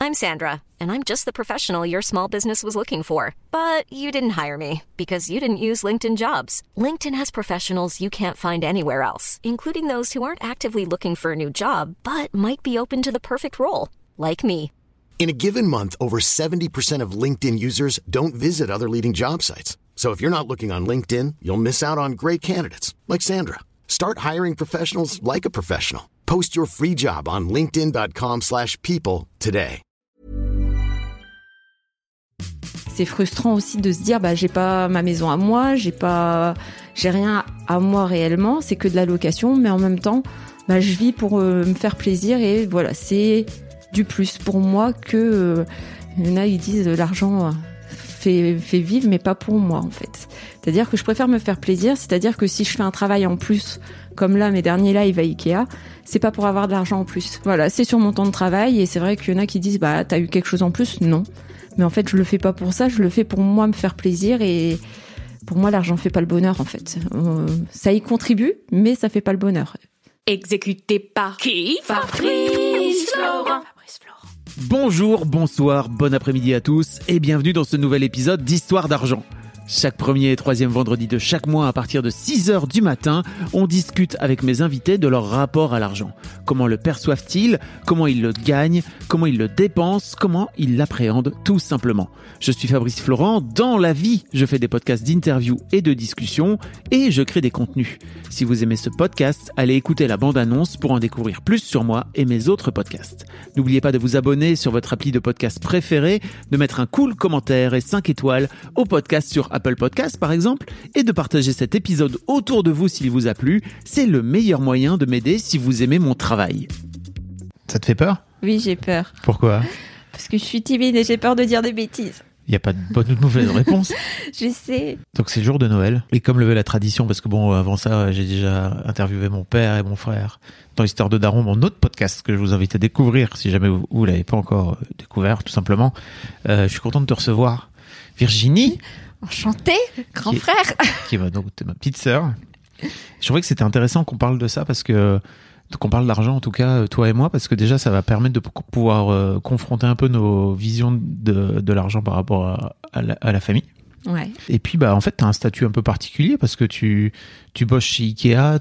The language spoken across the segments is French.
I'm Sandra, and I'm just the professional your small business was looking for. But you didn't hire me because you didn't use LinkedIn Jobs. LinkedIn has professionals you can't find anywhere else, including those who aren't actively looking for a new job, but might be open to the perfect role, like me. In a given month, over 70% of LinkedIn users don't visit other leading job sites. So if you're not looking on LinkedIn, you'll miss out on great candidates like Sandra. Start hiring professionals like a professional. Post your free job on linkedin.com/people today. C'est frustrant aussi de se dire j'ai pas ma maison à moi, j'ai rien à moi réellement, c'est que de la location, mais en même temps, je vis pour me faire plaisir et voilà, c'est du plus pour moi que il y en a ils disent l'argent fait vivre, mais pas pour moi en fait. C'est-à-dire que je préfère me faire plaisir, c'est-à-dire que si je fais un travail en plus, comme là mes derniers lives à Ikea, c'est pas pour avoir de l'argent en plus. Voilà, c'est sur mon temps de travail et c'est vrai qu'il y en a qui disent t'as eu quelque chose en plus, non. Mais en fait je le fais pas pour ça, je le fais pour moi me faire plaisir et pour moi l'argent fait pas le bonheur en fait. Ça y contribue, mais ça fait pas le bonheur. Exécuté par qui? Fabrice Florent. Bonjour, bonsoir, bon après-midi à tous et bienvenue dans ce nouvel épisode d'Histoire d'argent. Chaque premier et troisième vendredi de chaque mois à partir de 6h du matin, on discute avec mes invités de leur rapport à l'argent. Comment le perçoivent-ils? Comment ils le gagnent? Comment ils le dépensent? Comment ils l'appréhendent tout simplement? Je suis Fabrice Florent. Dans la vie, je fais des podcasts d'interviews et de discussions et je crée des contenus. Si vous aimez ce podcast, allez écouter la bande-annonce pour en découvrir plus sur moi et mes autres podcasts. N'oubliez pas de vous abonner sur votre appli de podcast préféré, de mettre un cool commentaire et 5 étoiles au podcast sur Apple Podcast par exemple, et de partager cet épisode autour de vous s'il vous a plu. C'est le meilleur moyen de m'aider si vous aimez mon travail. Ça te fait peur? Oui, j'ai peur. Pourquoi? Parce que je suis timide et j'ai peur de dire des bêtises. Il n'y a pas de bonne ou de mauvaise réponse. Je sais. Donc c'est le jour de Noël. Et comme le veut la tradition, parce que avant ça, j'ai déjà interviewé mon père et mon frère dans l'Histoire de Daron, mon autre podcast que je vous invite à découvrir si jamais vous ne l'avez pas encore découvert, tout simplement. Je suis content de te recevoir. Virginie. Enchantée, grand frère. Qui est ma petite sœur. Je trouvais que c'était intéressant qu'on parle de ça parce que qu'on parle d'argent en tout cas, toi et moi, parce que déjà ça va permettre de pouvoir confronter un peu nos visions de l'argent par rapport à la famille. Ouais. Et puis en fait t'as un statut un peu particulier parce que tu bosses chez Ikea,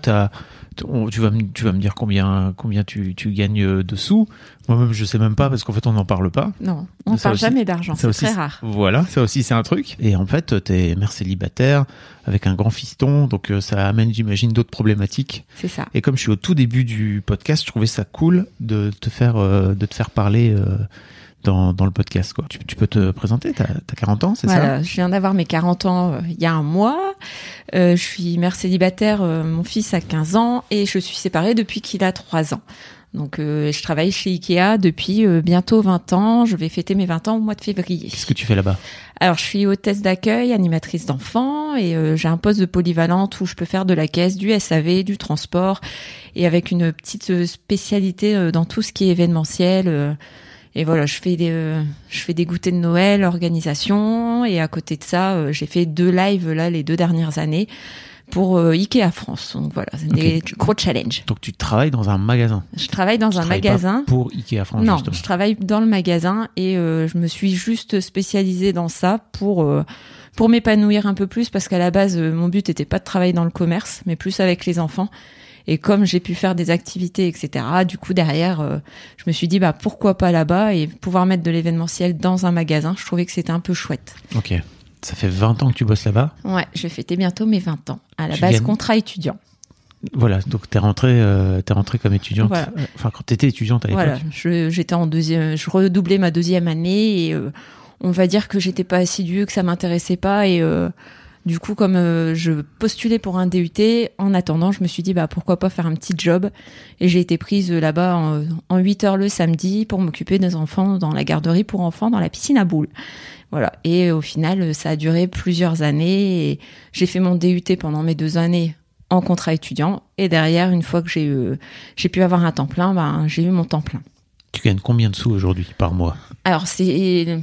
tu vas me dire combien tu gagnes de sous. Moi-même je sais même pas parce qu'en fait on n'en parle pas. Non, on parle jamais d'argent, c'est très rare. Voilà, ça aussi c'est un truc. Et en fait t'es mère célibataire avec un grand fiston, donc ça amène j'imagine d'autres problématiques. C'est ça. Et comme je suis au tout début du podcast, je trouvais ça cool de te faire parler dans le podcast, quoi. Tu peux te présenter, t'as 40 ans, c'est ça? Voilà, je viens d'avoir mes 40 ans il y a un mois. Je suis mère célibataire, mon fils a 15 ans et je suis séparée depuis qu'il a 3 ans. Donc je travaille chez Ikea depuis bientôt 20 ans. Je vais fêter mes 20 ans au mois de février. Qu'est-ce que tu fais là-bas? Alors je suis hôtesse d'accueil, animatrice d'enfants et j'ai un poste de polyvalente où je peux faire de la caisse, du SAV, du transport et avec une petite spécialité dans tout ce qui est événementiel. Et voilà, je fais des goûters de Noël, organisation, et à côté de ça, j'ai fait 2 lives là les 2 dernières années pour Ikea France. Donc voilà, c'est des gros challenges. Donc tu travailles dans un magasin? Je travaille dans un magasin. Pas pour Ikea France? Non, justement. Je travaille dans le magasin et je me suis juste spécialisée dans ça pour m'épanouir un peu plus parce qu'à la base, mon but était pas de travailler dans le commerce, mais plus avec les enfants. Et comme j'ai pu faire des activités, etc., du coup, derrière, je me suis dit, pourquoi pas là-bas et pouvoir mettre de l'événementiel dans un magasin. Je trouvais que c'était un peu chouette. Ok. Ça fait 20 ans que tu bosses là-bas? Ouais, je vais fêter bientôt mes 20 ans. À la base, contrat étudiant. Voilà, donc t'es rentrée comme étudiante. Voilà. Enfin, quand t'étais étudiante à l'époque. Voilà, j'étais en deuxième, je redoublais ma 2e année et on va dire que j'étais pas assidue, que ça m'intéressait pas et du coup, comme je postulais pour un DUT, en attendant, je me suis dit pourquoi pas faire un petit job. Et j'ai été prise là-bas en 8 heures le samedi pour m'occuper des enfants dans la garderie pour enfants, dans la piscine à boules. Voilà. Et au final, ça a duré plusieurs années. Et j'ai fait mon DUT pendant mes 2 années en contrat étudiant. Et derrière, une fois que j'ai pu avoir un temps plein, j'ai eu mon temps plein. Tu gagnes combien de sous aujourd'hui par mois? Alors, c'est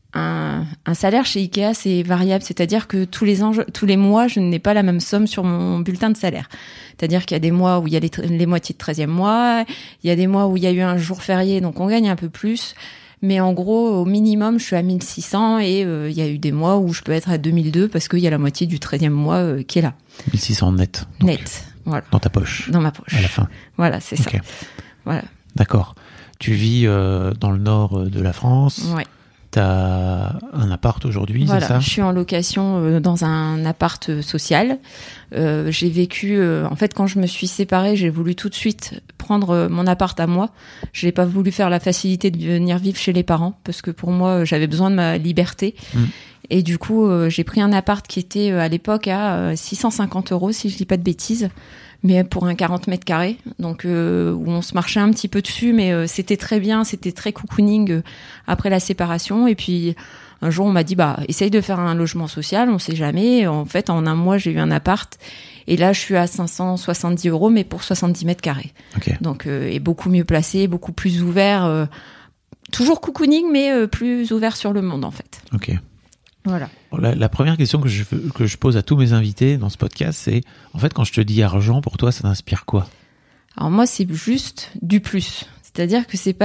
un salaire chez Ikea, c'est variable, c'est-à-dire que tous les mois, je n'ai pas la même somme sur mon bulletin de salaire. C'est-à-dire qu'il y a des mois où il y a les moitiés de 13e mois, il y a des mois où il y a eu un jour férié, donc on gagne un peu plus. Mais en gros, au minimum, je suis à 1600 et il y a eu des mois où je peux être à 2002 parce qu'il y a la moitié du 13e mois qui est là. 1600 net. Donc, Net, voilà. dans ta poche. Dans ma poche. À la fin. Voilà, c'est Ok. ça. Voilà. D'accord. Tu vis dans le nord de la France. Ouais. T'as un appart aujourd'hui, Voilà, c'est ça? je suis en location dans un appart social. J'ai vécu, en fait, quand je me suis séparée, j'ai voulu tout de suite prendre mon appart à moi. Je n'ai pas voulu faire la facilité de venir vivre chez les parents parce que pour moi, j'avais besoin de ma liberté. Et du coup, j'ai pris un appart qui était à l'époque à 650 €, si je dis pas de bêtises, mais pour un 40 mètres carrés. Donc, où on se marchait un petit peu dessus, mais c'était très bien, c'était très cocooning après la séparation. Et puis, un jour, on m'a dit, essaye de faire un logement social, on sait jamais. En fait, en un mois, j'ai eu un appart. Et là, je suis à 570 €, mais pour 70 mètres carrés. Ok. Donc, et beaucoup mieux placé, beaucoup plus ouvert. Toujours cocooning, mais plus ouvert sur le monde, en fait. Ok. Voilà. La première question que je pose à tous mes invités dans ce podcast, c'est, en fait, quand je te dis argent, pour toi, ça t'inspire quoi? Alors moi, c'est juste du plus. C'est-à-dire que c'est pas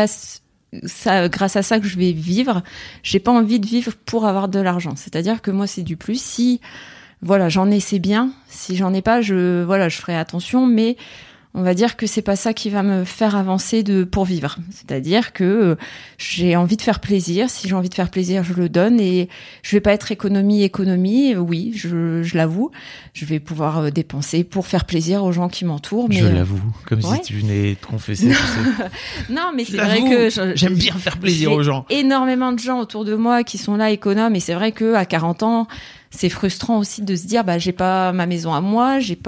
ça, grâce à ça que je vais vivre. J'ai pas envie de vivre pour avoir de l'argent. C'est-à-dire que moi, c'est du plus. Si, voilà, j'en ai, c'est bien. Si j'en ai pas, je ferai attention, mais on va dire que c'est pas ça qui va me faire avancer pour vivre. C'est-à-dire que j'ai envie de faire plaisir. Si j'ai envie de faire plaisir, je le donne et je vais pas être économie. Oui, je l'avoue. Je vais pouvoir dépenser pour faire plaisir aux gens qui m'entourent. Mais Je l'avoue, comme ouais. si tu venais te confesser. Tu sais. Non, mais c'est J'avoue, vrai que j'aime bien faire plaisir j'ai aux gens. Énormément de gens autour de moi qui sont là économes et c'est vrai que à 40 ans, c'est frustrant aussi de se dire j'ai pas ma maison à moi, j'ai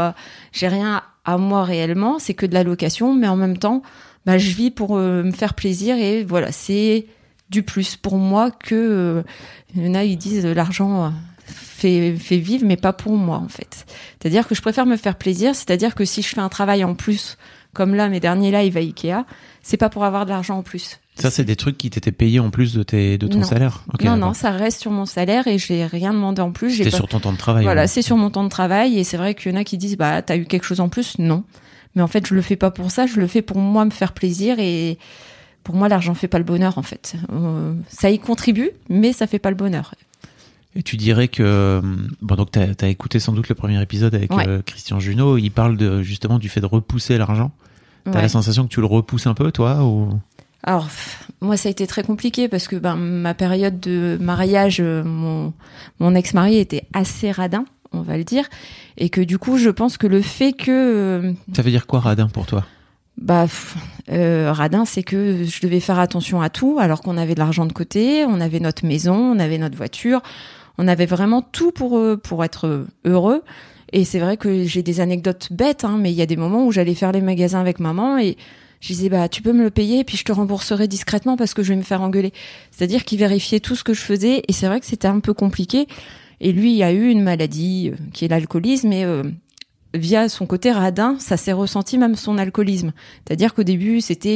rien à moi réellement, c'est que de la location, mais en même temps, je vis pour me faire plaisir et voilà, c'est du plus pour moi que il y en a, ils disent l'argent fait vivre, mais pas pour moi en fait. C'est-à-dire que je préfère me faire plaisir, c'est-à-dire que si je fais un travail en plus, comme là mes derniers lives à Ikea, c'est pas pour avoir de l'argent en plus. Ça, c'est des trucs qui t'étaient payés en plus de ton Non. salaire? Okay, non, d'accord. non, ça reste sur mon salaire et j'ai rien demandé en plus. C'était sur ton temps de travail. Voilà, ouais. c'est sur mon temps de travail et c'est vrai qu'il y en a qui disent t'as eu quelque chose en plus? Non. Mais en fait, je le fais pas pour ça, je le fais pour moi me faire plaisir et pour moi, l'argent fait pas le bonheur en fait. Ça y contribue, mais ça fait pas le bonheur. Et tu dirais que donc t'as écouté sans doute le premier épisode avec Ouais. Christian Junot, il parle justement du fait de repousser l'argent. T'as Ouais. la sensation que tu le repousses un peu, toi, ou... Alors, moi, ça a été très compliqué parce que ma période de mariage, mon ex-mari était assez radin, on va le dire, et que du coup, je pense que le fait que Ça veut dire quoi, radin, pour toi? radin, c'est que je devais faire attention à tout, alors qu'on avait de l'argent de côté, on avait notre maison, on avait notre voiture, on avait vraiment tout pour être heureux. Et c'est vrai que j'ai des anecdotes bêtes, mais il y a des moments où j'allais faire les magasins avec maman et je disais, tu peux me le payer et puis je te rembourserai discrètement parce que je vais me faire engueuler. C'est-à-dire qu'il vérifiait tout ce que je faisais et c'est vrai que c'était un peu compliqué. Et lui, il a eu une maladie qui est l'alcoolisme et via son côté radin, ça s'est ressenti même son alcoolisme. C'est-à-dire qu'au début,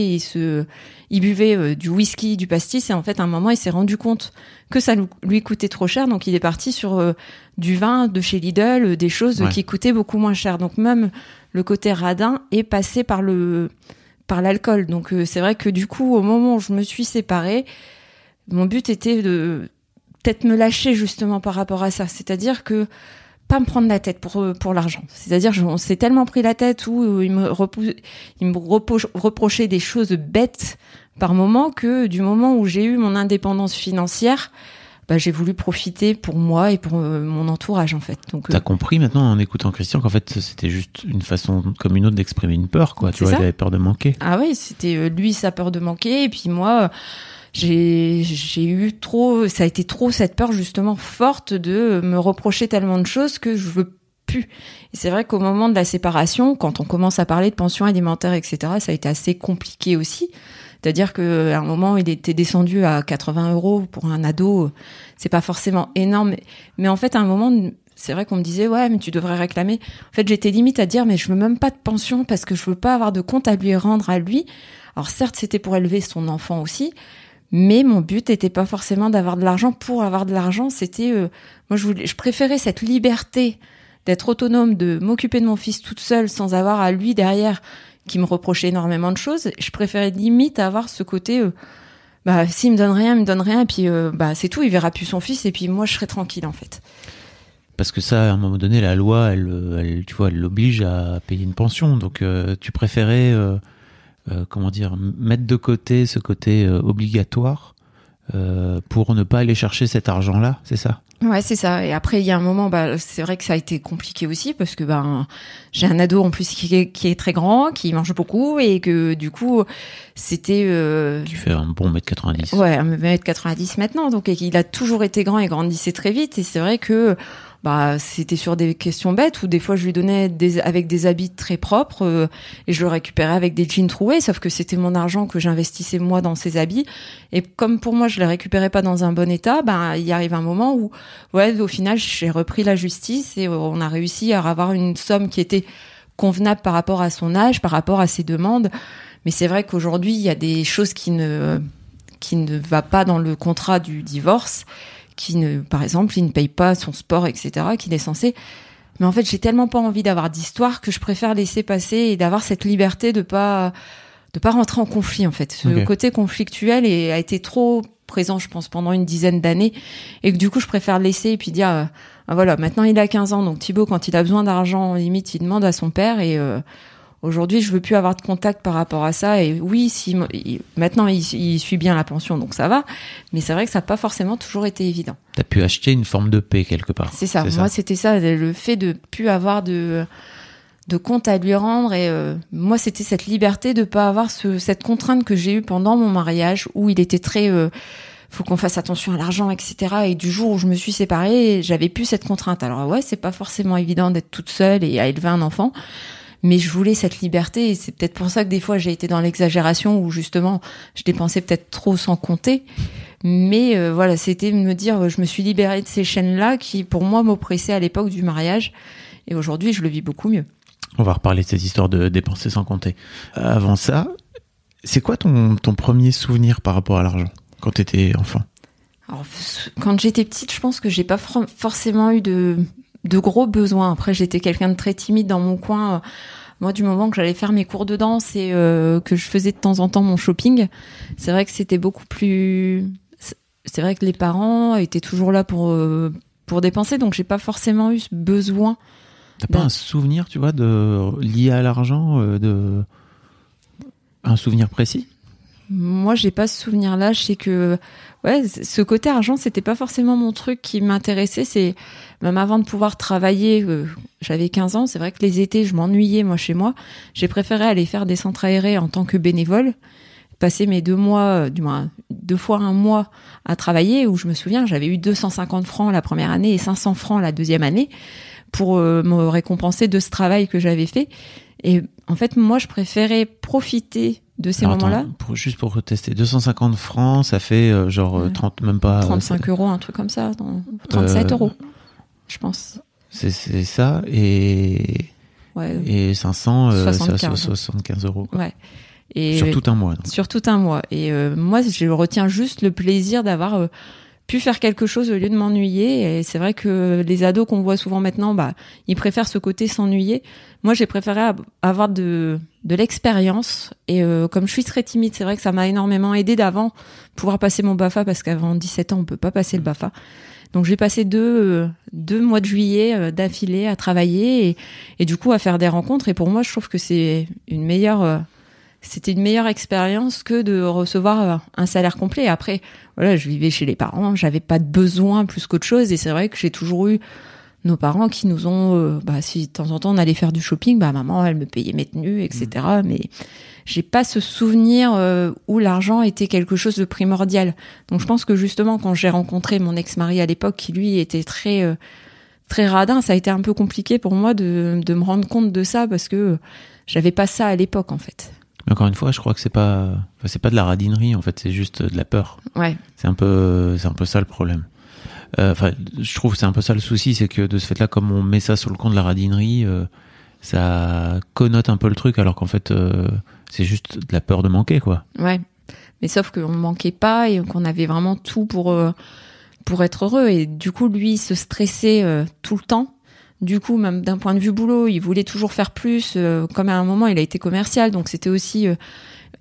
il buvait du whisky, du pastis et en fait, à un moment, il s'est rendu compte que ça lui coûtait trop cher. Donc, il est parti sur du vin de chez Lidl, des choses qui coûtaient beaucoup moins cher. Donc, même le côté radin est passé par l'alcool. Donc, c'est vrai que du coup, au moment où je me suis séparée, mon but était de peut-être me lâcher justement par rapport à ça. C'est-à-dire que pas me prendre la tête pour l'argent. C'est-à-dire, on s'est tellement pris la tête où il me reprochait des choses bêtes par moment que du moment où j'ai eu mon indépendance financière, j'ai voulu profiter pour moi et pour mon entourage en fait. Donc, T'as compris maintenant en écoutant Christian qu'en fait c'était juste une façon comme une autre d'exprimer une peur, quoi. Tu vois, il avait peur de manquer. Ah oui, c'était lui sa peur de manquer et puis moi. J'ai eu ça a été trop cette peur justement forte de me reprocher tellement de choses que je veux plus. Et c'est vrai qu'au moment de la séparation, quand on commence à parler de pension alimentaire, etc., ça a été assez compliqué aussi. C'est-à-dire qu'à un moment, il était descendu à 80 € pour un ado. C'est pas forcément énorme. Mais en fait, à un moment, c'est vrai qu'on me disait, ouais, mais tu devrais réclamer. En fait, j'étais limite à dire, mais je veux même pas de pension parce que je veux pas avoir de compte à lui rendre à lui. Alors certes, c'était pour élever son enfant aussi. Mais mon but n'était pas forcément d'avoir de l'argent pour avoir de l'argent. C'était, moi, je préférais cette liberté d'être autonome, de m'occuper de mon fils toute seule sans avoir à lui derrière qui me reprochait énormément de choses. Je préférais limite avoir ce côté, bah s'il me donne rien, et puis bah c'est tout, il verra plus son fils et puis moi je serai tranquille en fait. Parce que ça, à un moment donné, la loi, elle tu vois, elle l'oblige à payer une pension. Donc, tu préférais, mettre de côté ce côté obligatoire pour ne pas aller chercher cet argent-là, c'est ça ? Ouais, c'est ça. Et après, il y a un moment, bah, c'est vrai que ça a été compliqué aussi parce que j'ai un ado en plus qui est très grand, qui mange beaucoup et que du coup, c'était. Qui fait un bon 1m90. Ouais, 1m90 maintenant. Donc, il a toujours été grand et grandissait très vite. Et c'est vrai que bah c'était sur des questions bêtes où des fois je lui donnais avec des habits très propres et je le récupérais avec des jeans troués, sauf que c'était mon argent que j'investissais moi dans ces habits et comme pour moi je les récupérais pas dans un bon état, ben il arrive un moment où ouais au final j'ai repris la justice et on a réussi à avoir une somme qui était convenable par rapport à son âge, par rapport à ses demandes. Mais c'est vrai qu'aujourd'hui il y a des choses qui ne va pas dans le contrat du divorce. Par exemple, il ne paye pas son sport, etc., qu'il est censé. Mais en fait, j'ai tellement pas envie d'avoir d'histoire que je préfère laisser passer et d'avoir cette liberté de pas rentrer en conflit, en fait. Ce côté conflictuel a été trop présent, je pense, pendant une dizaine d'années. Et que du coup, je préfère laisser et puis dire, voilà, maintenant il a 15 ans, donc Thibaut, quand il a besoin d'argent, limite, il demande à son père et, aujourd'hui, je veux plus avoir de contact par rapport à ça. Et oui, maintenant, il suit bien la pension, donc ça va. Mais c'est vrai que ça n'a pas forcément toujours été évident. T'as pu acheter une forme de paix quelque part. C'est ça. Moi, c'était ça, le fait de plus avoir de compte à lui rendre. Et moi, c'était cette liberté de pas avoir cette contrainte que j'ai eue pendant mon mariage, où il était très... faut qu'on fasse attention à l'argent, etc. Et du jour où je me suis séparée, j'avais plus cette contrainte. Alors ouais, c'est pas forcément évident d'être toute seule et à élever un enfant. Mais je voulais cette liberté et c'est peut-être pour ça que des fois j'ai été dans l'exagération où justement je dépensais peut-être trop sans compter. Mais voilà, c'était de me dire je me suis libérée de ces chaînes-là qui pour moi m'oppressaient à l'époque du mariage et aujourd'hui je le vis beaucoup mieux. On va reparler de cette histoire de dépenser sans compter. Avant ça, c'est quoi ton premier souvenir par rapport à l'argent quand t'étais enfant ? Alors, quand j'étais petite, je pense que j'ai pas forcément eu de gros besoins. Après, j'étais quelqu'un de très timide dans mon coin. Moi, du moment que j'allais faire mes cours de danse et que je faisais de temps en temps mon shopping, c'est vrai que c'était beaucoup plus... C'est vrai que les parents étaient toujours là pour dépenser, donc j'ai pas forcément eu ce besoin. T'as pas un souvenir, tu vois, lié à l'argent, un souvenir précis ? Moi, j'ai pas ce souvenir-là. Je sais que, ouais, ce côté argent, c'était pas forcément mon truc qui m'intéressait. C'est même avant de pouvoir travailler, j'avais 15 ans. C'est vrai que les étés, je m'ennuyais moi chez moi. J'ai préféré aller faire des centres aérés en tant que bénévole, passer mes 2 mois, du moins 2 fois un mois à travailler. Où je me souviens, j'avais eu 250 francs la première année et 500 francs la deuxième année pour me récompenser de ce travail que j'avais fait. Et en fait, moi, je préférais profiter de ces moments-là. Juste pour tester, 250 francs, ça fait 30, même pas... 35 euros, un truc comme ça, 37 euros, je pense. C'est ça, et 500, 75 euros. Quoi. Ouais. Et sur tout un mois. Donc. Sur tout un mois. Et moi, je retiens juste le plaisir d'avoir pu faire quelque chose au lieu de m'ennuyer. Et c'est vrai que les ados qu'on voit souvent maintenant, ils préfèrent ce côté s'ennuyer. Moi, j'ai préféré avoir de l'expérience. Et comme je suis très timide, c'est vrai que ça m'a énormément aidé d'avant pouvoir passer mon BAFA, parce qu'avant 17 ans, on peut pas passer le BAFA. Donc j'ai passé deux mois de juillet d'affilée à travailler et du coup à faire des rencontres. Et pour moi, je trouve que c'était une meilleure expérience que de recevoir un salaire complet. Après, voilà, je vivais chez les parents, j'avais pas de besoin plus qu'autre chose. Et c'est vrai que j'ai toujours eu nos parents qui nous ont, si de temps en temps on allait faire du shopping, maman elle me payait mes tenues, etc. Mais j'ai pas ce souvenir où l'argent était quelque chose de primordial. Donc je pense que justement quand j'ai rencontré mon ex-mari à l'époque, qui lui était très très radin, ça a été un peu compliqué pour moi de me rendre compte de ça, parce que j'avais pas ça à l'époque en fait. Encore une fois, je crois que c'est pas de la radinerie en fait, c'est juste de la peur. Ouais. C'est un peu ça le problème. Je trouve que c'est un peu ça le souci, c'est que de ce fait-là, comme on met ça sur le compte de la radinerie, ça connote un peu le truc, alors qu'en fait, c'est juste de la peur de manquer, quoi. Ouais. Mais sauf qu'on ne manquait pas et qu'on avait vraiment tout pour être heureux. Et du coup, lui, il se stressait tout le temps. Du coup, même d'un point de vue boulot, il voulait toujours faire plus. Comme à un moment, il a été commercial, donc c'était aussi...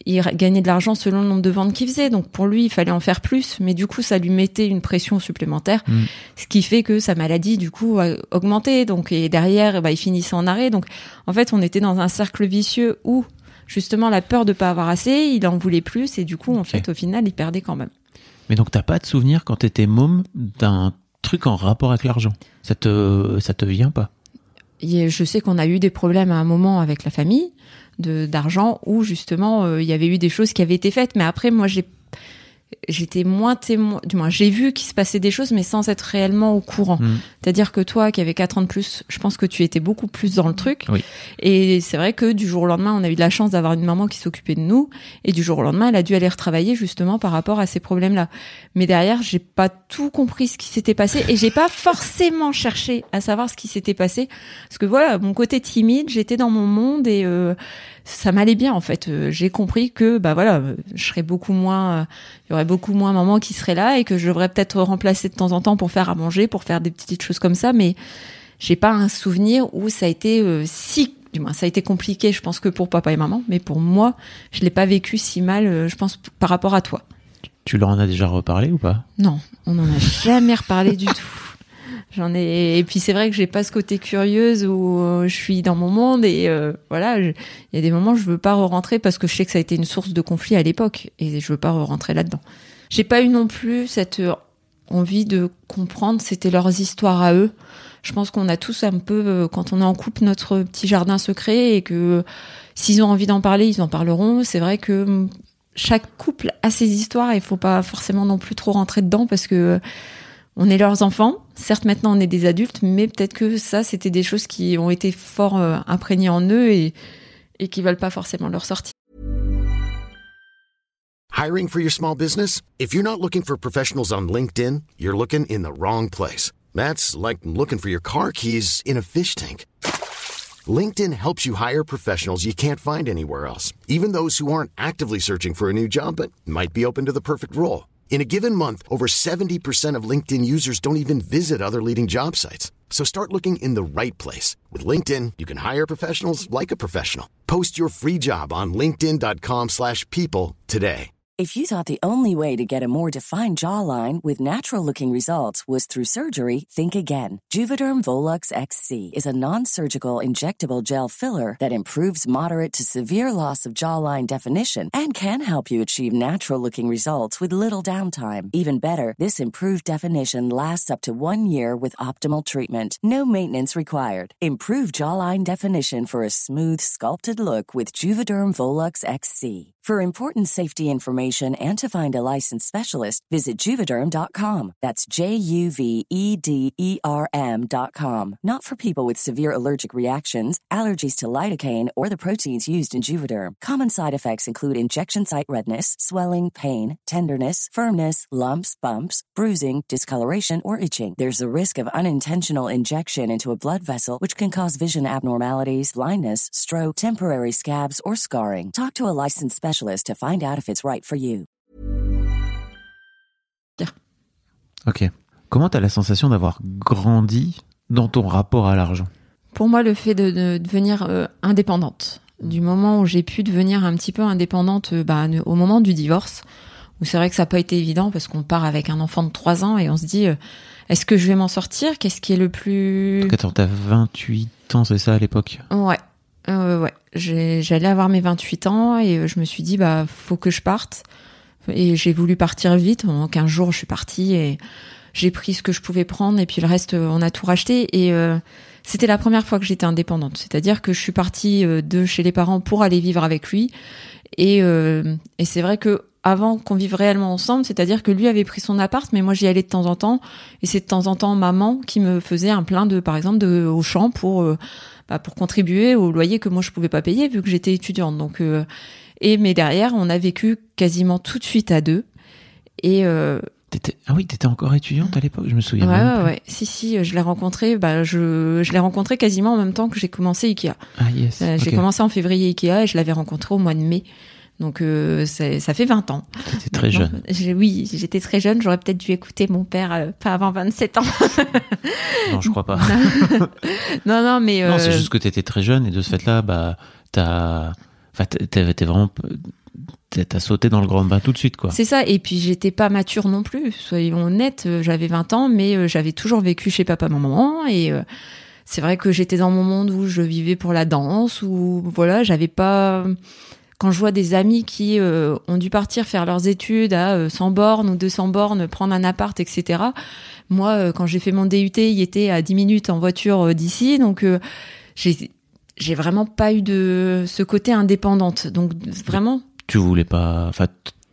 il gagnait de l'argent selon le nombre de ventes qu'il faisait. Donc pour lui, il fallait en faire plus. Mais du coup, ça lui mettait une pression supplémentaire. Ce qui fait que sa maladie, du coup, a augmenté. Donc, et derrière, il finissait en arrêt. Donc, en fait, on était dans un cercle vicieux où, justement, la peur de pas avoir assez, il en voulait plus. Et du coup, en fait, au final, il perdait quand même. Mais donc, t'as pas de souvenir quand t'étais môme d'un truc en rapport avec l'argent? Ça te vient pas? Et je sais qu'on a eu des problèmes à un moment avec la famille d'argent où justement il y avait eu des choses qui avaient été faites. Mais après, moi, j'étais moins témoin, du moins j'ai vu qu'il se passait des choses mais sans être réellement au courant. C'est-à-dire que toi qui avais 4 ans de plus, je pense que tu étais beaucoup plus dans le truc. Oui. Et c'est vrai que du jour au lendemain, on a eu de la chance d'avoir une maman qui s'occupait de nous et du jour au lendemain, elle a dû aller retravailler justement par rapport à ces problèmes-là. Mais derrière, j'ai pas tout compris ce qui s'était passé et j'ai pas forcément cherché à savoir ce qui s'était passé parce que voilà, mon côté timide, j'étais dans mon monde et ça m'allait bien en fait. J'ai compris que je serais beaucoup moins, il y aurait beaucoup moins maman qui serait là et que je devrais peut-être remplacer de temps en temps pour faire à manger, pour faire des petites choses comme ça. Mais j'ai pas un souvenir où ça a été du moins ça a été compliqué. Je pense que pour papa et maman, mais pour moi, je l'ai pas vécu si mal. Je pense par rapport à toi. Tu leur en as déjà reparlé ou pas? Non, on n'en a jamais reparlé du tout. Et puis c'est vrai que j'ai pas ce côté curieuse où je suis dans mon monde et il y a des moments où je veux pas re-rentrer parce que je sais que ça a été une source de conflit à l'époque et je veux pas re-rentrer là-dedans. J'ai pas eu non plus cette envie de comprendre, c'était leurs histoires à eux. Je pense qu'on a tous un peu, quand on est en couple, notre petit jardin secret et que s'ils ont envie d'en parler, ils en parleront. C'est vrai que chaque couple a ses histoires et il faut pas forcément non plus trop rentrer dedans parce que on est leurs enfants. Certes, maintenant, on est des adultes, mais peut-être que ça, c'était des choses qui ont été fort imprégnées en eux et qui veulent pas forcément leur sortir. Hiring for your small business? If you're not looking for professionals on LinkedIn, you're looking in the wrong place. That's like looking for your car keys in a fish tank. LinkedIn helps you hire professionals you can't find anywhere else, even those who aren't actively searching for a new job but might be open to the perfect role. In a given month, over 70% of LinkedIn users don't even visit other leading job sites. So start looking in the right place. With LinkedIn, you can hire professionals like a professional. Post your free job on linkedin.com/people today. If you thought the only way to get a more defined jawline with natural-looking results was through surgery, think again. Juvederm Volux XC is a non-surgical injectable gel filler that improves moderate to severe loss of jawline definition and can help you achieve natural-looking results with little downtime. Even better, this improved definition lasts up to 1 year with optimal treatment. No maintenance required. Improve jawline definition for a smooth, sculpted look with Juvederm Volux XC. For important safety information and to find a licensed specialist, visit Juvederm.com. That's JUVEDERM.com. Not for people with severe allergic reactions, allergies to lidocaine, or the proteins used in Juvederm. Common side effects include injection site redness, swelling, pain, tenderness, firmness, lumps, bumps, bruising, discoloration, or itching. There's a risk of unintentional injection into a blood vessel, which can cause vision abnormalities, blindness, stroke, temporary scabs, or scarring. Talk to a licensed specialist to find out if it's right for you. Ok. Comment t'as la sensation d'avoir grandi dans ton rapport à l'argent? Pour moi, le fait de devenir indépendante, du moment où j'ai pu devenir un petit peu indépendante au moment du divorce, où c'est vrai que ça n'a pas été évident parce qu'on part avec un enfant de 3 ans et on se dit est-ce que je vais m'en sortir? Qu'est-ce qui est le plus... Attends, t'as 28 ans, c'est ça à l'époque? Ouais. J'allais avoir mes 28 ans et je me suis dit faut que je parte et j'ai voulu partir vite. En 15 jours je suis partie et j'ai pris ce que je pouvais prendre et puis le reste on a tout racheté et c'était la première fois que j'étais indépendante, c'est-à-dire que je suis partie de chez les parents pour aller vivre avec lui et c'est vrai que avant qu'on vive réellement ensemble, c'est-à-dire que lui avait pris son appart mais moi j'y allais de temps en temps et c'est de temps en temps maman qui me faisait un plein par exemple de Auchan pour contribuer au loyer que moi je pouvais pas payer vu que j'étais étudiante. Donc mais derrière on a vécu quasiment tout de suite à deux et T'étais encore étudiante à l'époque, je me souviens. Ouais. Si, je l'ai rencontré. Je l'ai rencontré quasiment en même temps que j'ai commencé Ikea. Ah yes. J'ai commencé en février Ikea et je l'avais rencontré au mois de mai. Donc ça fait 20 ans. T'étais très jeune. Oui, j'étais très jeune. J'aurais peut-être dû écouter mon père pas avant 27 ans. Non, je crois pas. non, mais... Non, c'est juste que t'étais très jeune et de ce fait-là, t'avais vraiment... t'as sauté dans le grand bain tout de suite, quoi. C'est ça. Et puis, j'étais pas mature non plus. Soyons honnêtes, j'avais 20 ans, mais j'avais toujours vécu chez papa, maman. Et c'est vrai que j'étais dans mon monde où je vivais pour la danse, où voilà, j'avais pas... Quand je vois des amis qui ont dû partir faire leurs études à 100 bornes ou 200 bornes, prendre un appart, etc. Moi, quand j'ai fait mon DUT, il était à 10 minutes en voiture d'ici. Donc, j'ai vraiment pas eu de ce côté indépendante. Donc, vraiment... Tu voulais pas... Enfin,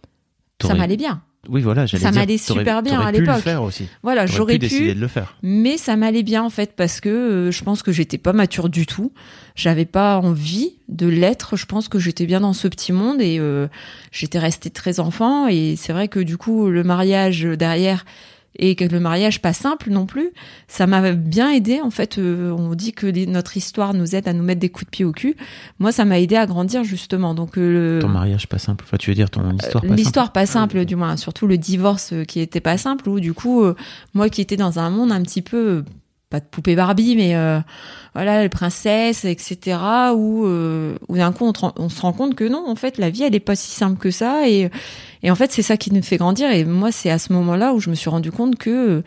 ça m'allait bien. Oui, voilà, j'allais ça dire. m'allait super bien à l'époque. l'époque. Le faire aussi. Voilà, j'aurais pu décider de le faire. Mais ça m'allait bien en fait parce que je pense que j'étais pas mature du tout. J'avais pas envie de l'être. Je pense que j'étais bien dans ce petit monde et j'étais restée très enfant. Et c'est vrai que du coup, le mariage derrière et que le mariage pas simple non plus, ça m'a bien aidé en fait. On dit que notre histoire nous aide à nous mettre des coups de pied au cul. Moi, ça m'a aidé à grandir justement. Donc ton mariage pas simple. Enfin, tu veux dire ton histoire pas simple. L'histoire pas simple, du moins. Surtout le divorce qui était pas simple. Où du coup, moi qui étais dans un monde un petit peu pas de poupée Barbie, mais voilà, les princesses, etc. Où d'un coup on se rend compte que non, en fait, la vie elle est pas si simple que ça. Et en fait, c'est ça qui nous fait grandir. Et moi, c'est à ce moment-là où je me suis rendu compte que,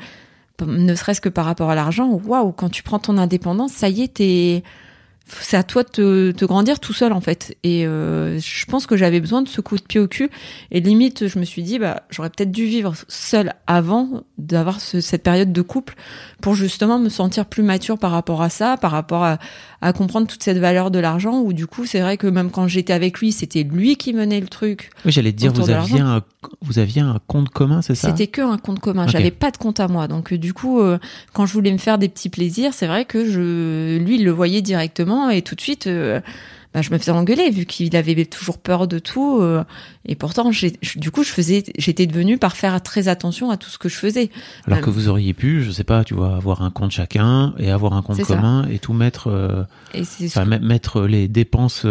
ne serait-ce que par rapport à l'argent, waouh, quand tu prends ton indépendance, ça y est, c'est à toi de te grandir tout seul en fait. Et je pense que j'avais besoin de ce coup de pied au cul. Et limite, je me suis dit, j'aurais peut-être dû vivre seule avant d'avoir cette période de couple pour justement me sentir plus mature par rapport à ça, par rapport à comprendre toute cette valeur de l'argent. Où du coup, c'est vrai que même quand j'étais avec lui, c'était lui qui menait le truc. Oui, j'allais te dire, vous aviez un compte commun, c'est ça ? C'était que un compte commun. Okay. J'avais pas de compte à moi. Donc du coup, quand je voulais me faire des petits plaisirs, c'est vrai que lui, il le voyait directement et tout de suite, je me faisais engueuler vu qu'il avait toujours peur de tout. Et pourtant, du coup, j'étais devenue par faire très attention à tout ce que je faisais. Alors que vous auriez pu, je sais pas, tu vois, avoir un compte chacun et avoir un compte commun et tout mettre, mettre les dépenses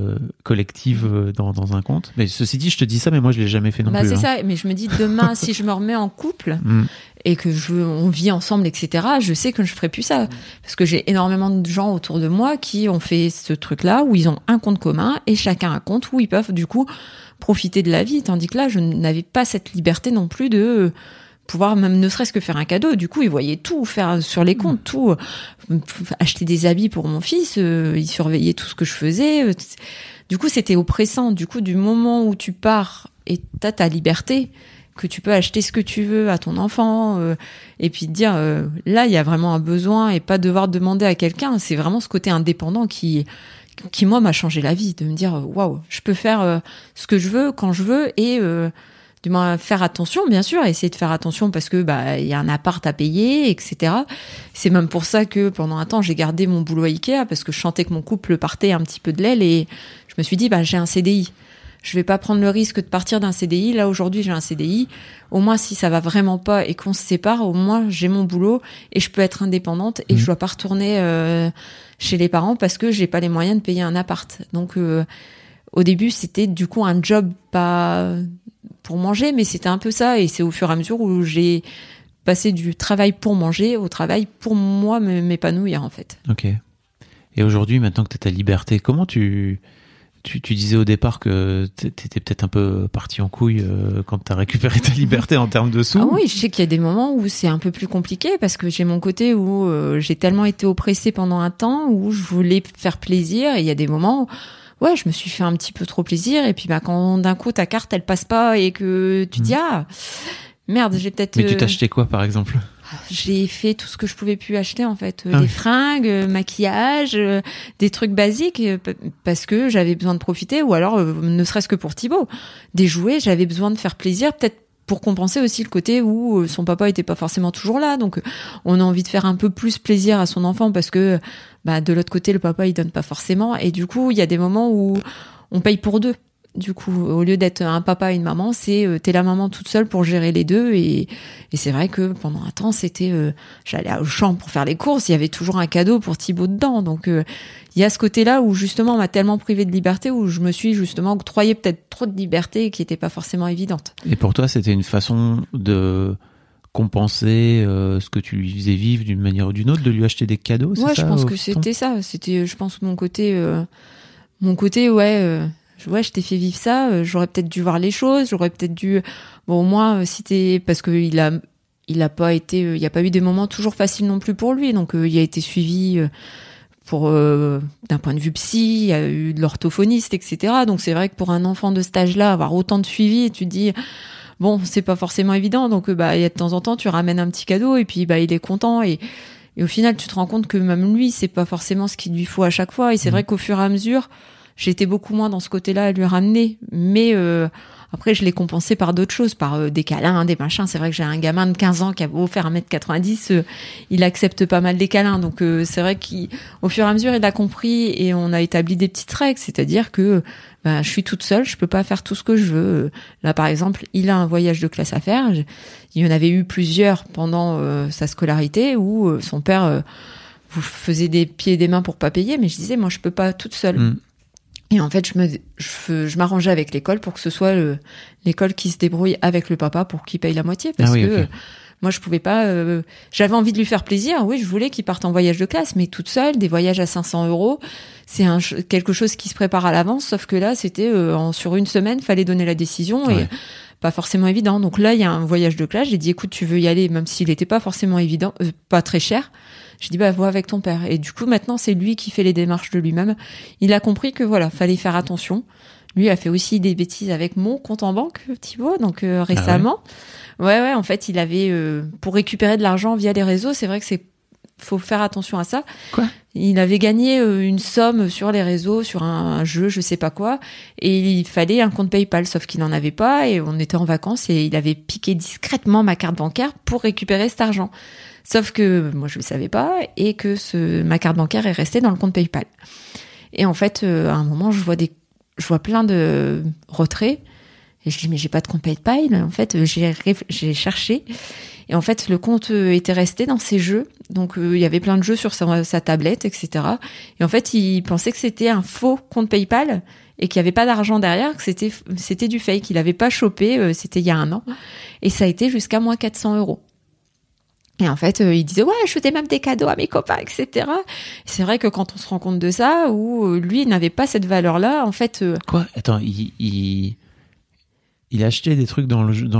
collectives dans un compte. Mais ceci dit, je te dis ça, mais moi je l'ai jamais fait non plus. C'est ça. Mais je me dis demain, si je me remets en couple et que on vit ensemble, etc., je sais que je ferai plus ça parce que j'ai énormément de gens autour de moi qui ont fait ce truc-là où ils ont un compte commun et chacun un compte où ils peuvent du coup profiter de la vie, tandis que là, je n'avais pas cette liberté non plus de pouvoir même ne serait-ce que faire un cadeau. Du coup, ils voyaient tout faire sur les comptes, tout acheter des habits pour mon fils, ils surveillaient tout ce que je faisais. Du coup, c'était oppressant. Du coup, du moment où tu pars et t'as ta liberté, que tu peux acheter ce que tu veux à ton enfant, et puis te dire là, il y a vraiment un besoin et pas devoir demander à quelqu'un. C'est vraiment ce côté indépendant qui moi m'a changé la vie, de me dire waouh, je peux faire ce que je veux quand je veux et du moins faire attention, bien sûr, essayer de faire attention parce que il y a un appart à payer, etc. C'est même pour ça que pendant un temps j'ai gardé mon boulot à Ikea parce que je sentais que mon couple partait un petit peu de l'aile et je me suis dit j'ai un CDI. Je vais pas prendre le risque de partir d'un CDI. Là, aujourd'hui, j'ai un CDI. Au moins, si ça va vraiment pas et qu'on se sépare, au moins, j'ai mon boulot et je peux être indépendante et je dois pas retourner chez les parents parce que j'ai pas les moyens de payer un appart. Donc, au début, c'était du coup un job pas pour manger, mais c'était un peu ça. Et c'est au fur et à mesure où j'ai passé du travail pour manger au travail pour moi m'épanouir, en fait. Ok. Et aujourd'hui, maintenant que tu as ta liberté, comment tu disais au départ que t'étais peut-être un peu parti en couille quand t'as récupéré ta liberté en termes de sous. Ah oui, je sais qu'il y a des moments où c'est un peu plus compliqué parce que j'ai mon côté où j'ai tellement été oppressée pendant un temps où je voulais faire plaisir et il y a des moments où je me suis fait un petit peu trop plaisir et puis quand d'un coup ta carte elle passe pas et que tu dis merde, j'ai peut-être... Mais tu t'achetais quoi par exemple ? J'ai fait tout ce que je pouvais plus acheter en fait, des fringues, maquillage, des trucs basiques parce que j'avais besoin de profiter ou alors ne serait-ce que pour Thibaut, des jouets, j'avais besoin de faire plaisir peut-être pour compenser aussi le côté où son papa était pas forcément toujours là, donc on a envie de faire un peu plus plaisir à son enfant parce que de l'autre côté le papa il donne pas forcément et du coup il y a des moments où on paye pour deux. Du coup, au lieu d'être un papa et une maman, t'es la maman toute seule pour gérer les deux. Et c'est vrai que pendant un temps, j'allais au champ pour faire les courses. Il y avait toujours un cadeau pour Thibaut dedans. Donc, il y a ce côté-là où justement, on m'a tellement privée de liberté, où je me suis justement octroyé peut-être trop de liberté qui n'était pas forcément évidente. Et pour toi, c'était une façon de compenser ce que tu lui faisais vivre d'une manière ou d'une autre, de lui acheter des cadeaux, c'est ça ? Ouais, je pense que c'était ça. C'était, je pense, mon côté, je t'ai fait vivre ça, j'aurais peut-être dû voir les choses, j'aurais peut-être dû, bon, au moins, si t'es, parce que il a pas été, il y a pas eu des moments toujours faciles non plus pour lui, donc il a été suivi pour d'un point de vue psy, il y a eu de l'orthophoniste, etc. Donc c'est vrai que pour un enfant de cet âge-là, avoir autant de suivi, tu te dis, bon, c'est pas forcément évident, donc il y a de temps en temps, tu ramènes un petit cadeau et puis il est content et au final, tu te rends compte que même lui, c'est pas forcément ce qu'il lui faut à chaque fois. Et c'est vrai qu'au fur et à mesure, j'étais beaucoup moins dans ce côté-là à lui ramener. Mais après, je l'ai compensé par d'autres choses, par des câlins, des machins. C'est vrai que j'ai un gamin de 15 ans qui a beau faire 1m90, il accepte pas mal des câlins. Donc c'est vrai qu'au fur et à mesure, il a compris et on a établi des petites règles. C'est-à-dire que je suis toute seule, je peux pas faire tout ce que je veux. Là, par exemple, il a un voyage de classe à faire. Il y en avait eu plusieurs pendant sa scolarité où son père vous faisait des pieds et des mains pour pas payer, mais je disais, moi, je peux pas toute seule. Et en fait, je m'arrangeais avec l'école pour que ce soit l'école qui se débrouille avec le papa pour qu'il paye la moitié. Parce que moi, je pouvais pas... j'avais envie de lui faire plaisir. Oui, je voulais qu'il parte en voyage de classe, mais toute seule, des voyages à 500 €, c'est quelque chose qui se prépare à l'avance. Sauf que là, c'était sur une semaine, fallait donner la décision et pas forcément évident. Donc là, il y a un voyage de classe. J'ai dit, écoute, tu veux y aller, même s'il n'était pas forcément évident, pas très cher. J'ai dit, vois avec ton père. Et du coup, maintenant, c'est lui qui fait les démarches de lui-même. Il a compris que voilà, fallait faire attention. Lui a fait aussi des bêtises avec mon compte en banque, Thibaut, donc récemment. Ouais, en fait, il avait pour récupérer de l'argent via les réseaux, c'est vrai que faut faire attention à ça. Quoi ? Il avait gagné une somme sur les réseaux, sur un jeu, je sais pas quoi, et il fallait un compte PayPal, sauf qu'il n'en avait pas, et on était en vacances, et il avait piqué discrètement ma carte bancaire pour récupérer cet argent. Sauf que moi, je le savais pas, et que ma carte bancaire est restée dans le compte PayPal. Et en fait, à un moment, je vois plein de retraits, et je dis, mais j'ai pas de compte PayPal. En fait, j'ai cherché. Et en fait, le compte était resté dans ses jeux. Donc, il y avait plein de jeux sur sa tablette, etc. Et en fait, il pensait que c'était un faux compte PayPal et qu'il n'y avait pas d'argent derrière, que c'était du fake. Il n'avait pas chopé, c'était il y a 1 an. Et ça a été jusqu'à moins 400 €. Et en fait, il disait, ouais, je faisais même des cadeaux à mes copains, etc. Et c'est vrai que quand on se rend compte de ça, où lui, il n'avait pas cette valeur-là, en fait... Quoi ? Attends, il achetait des trucs dans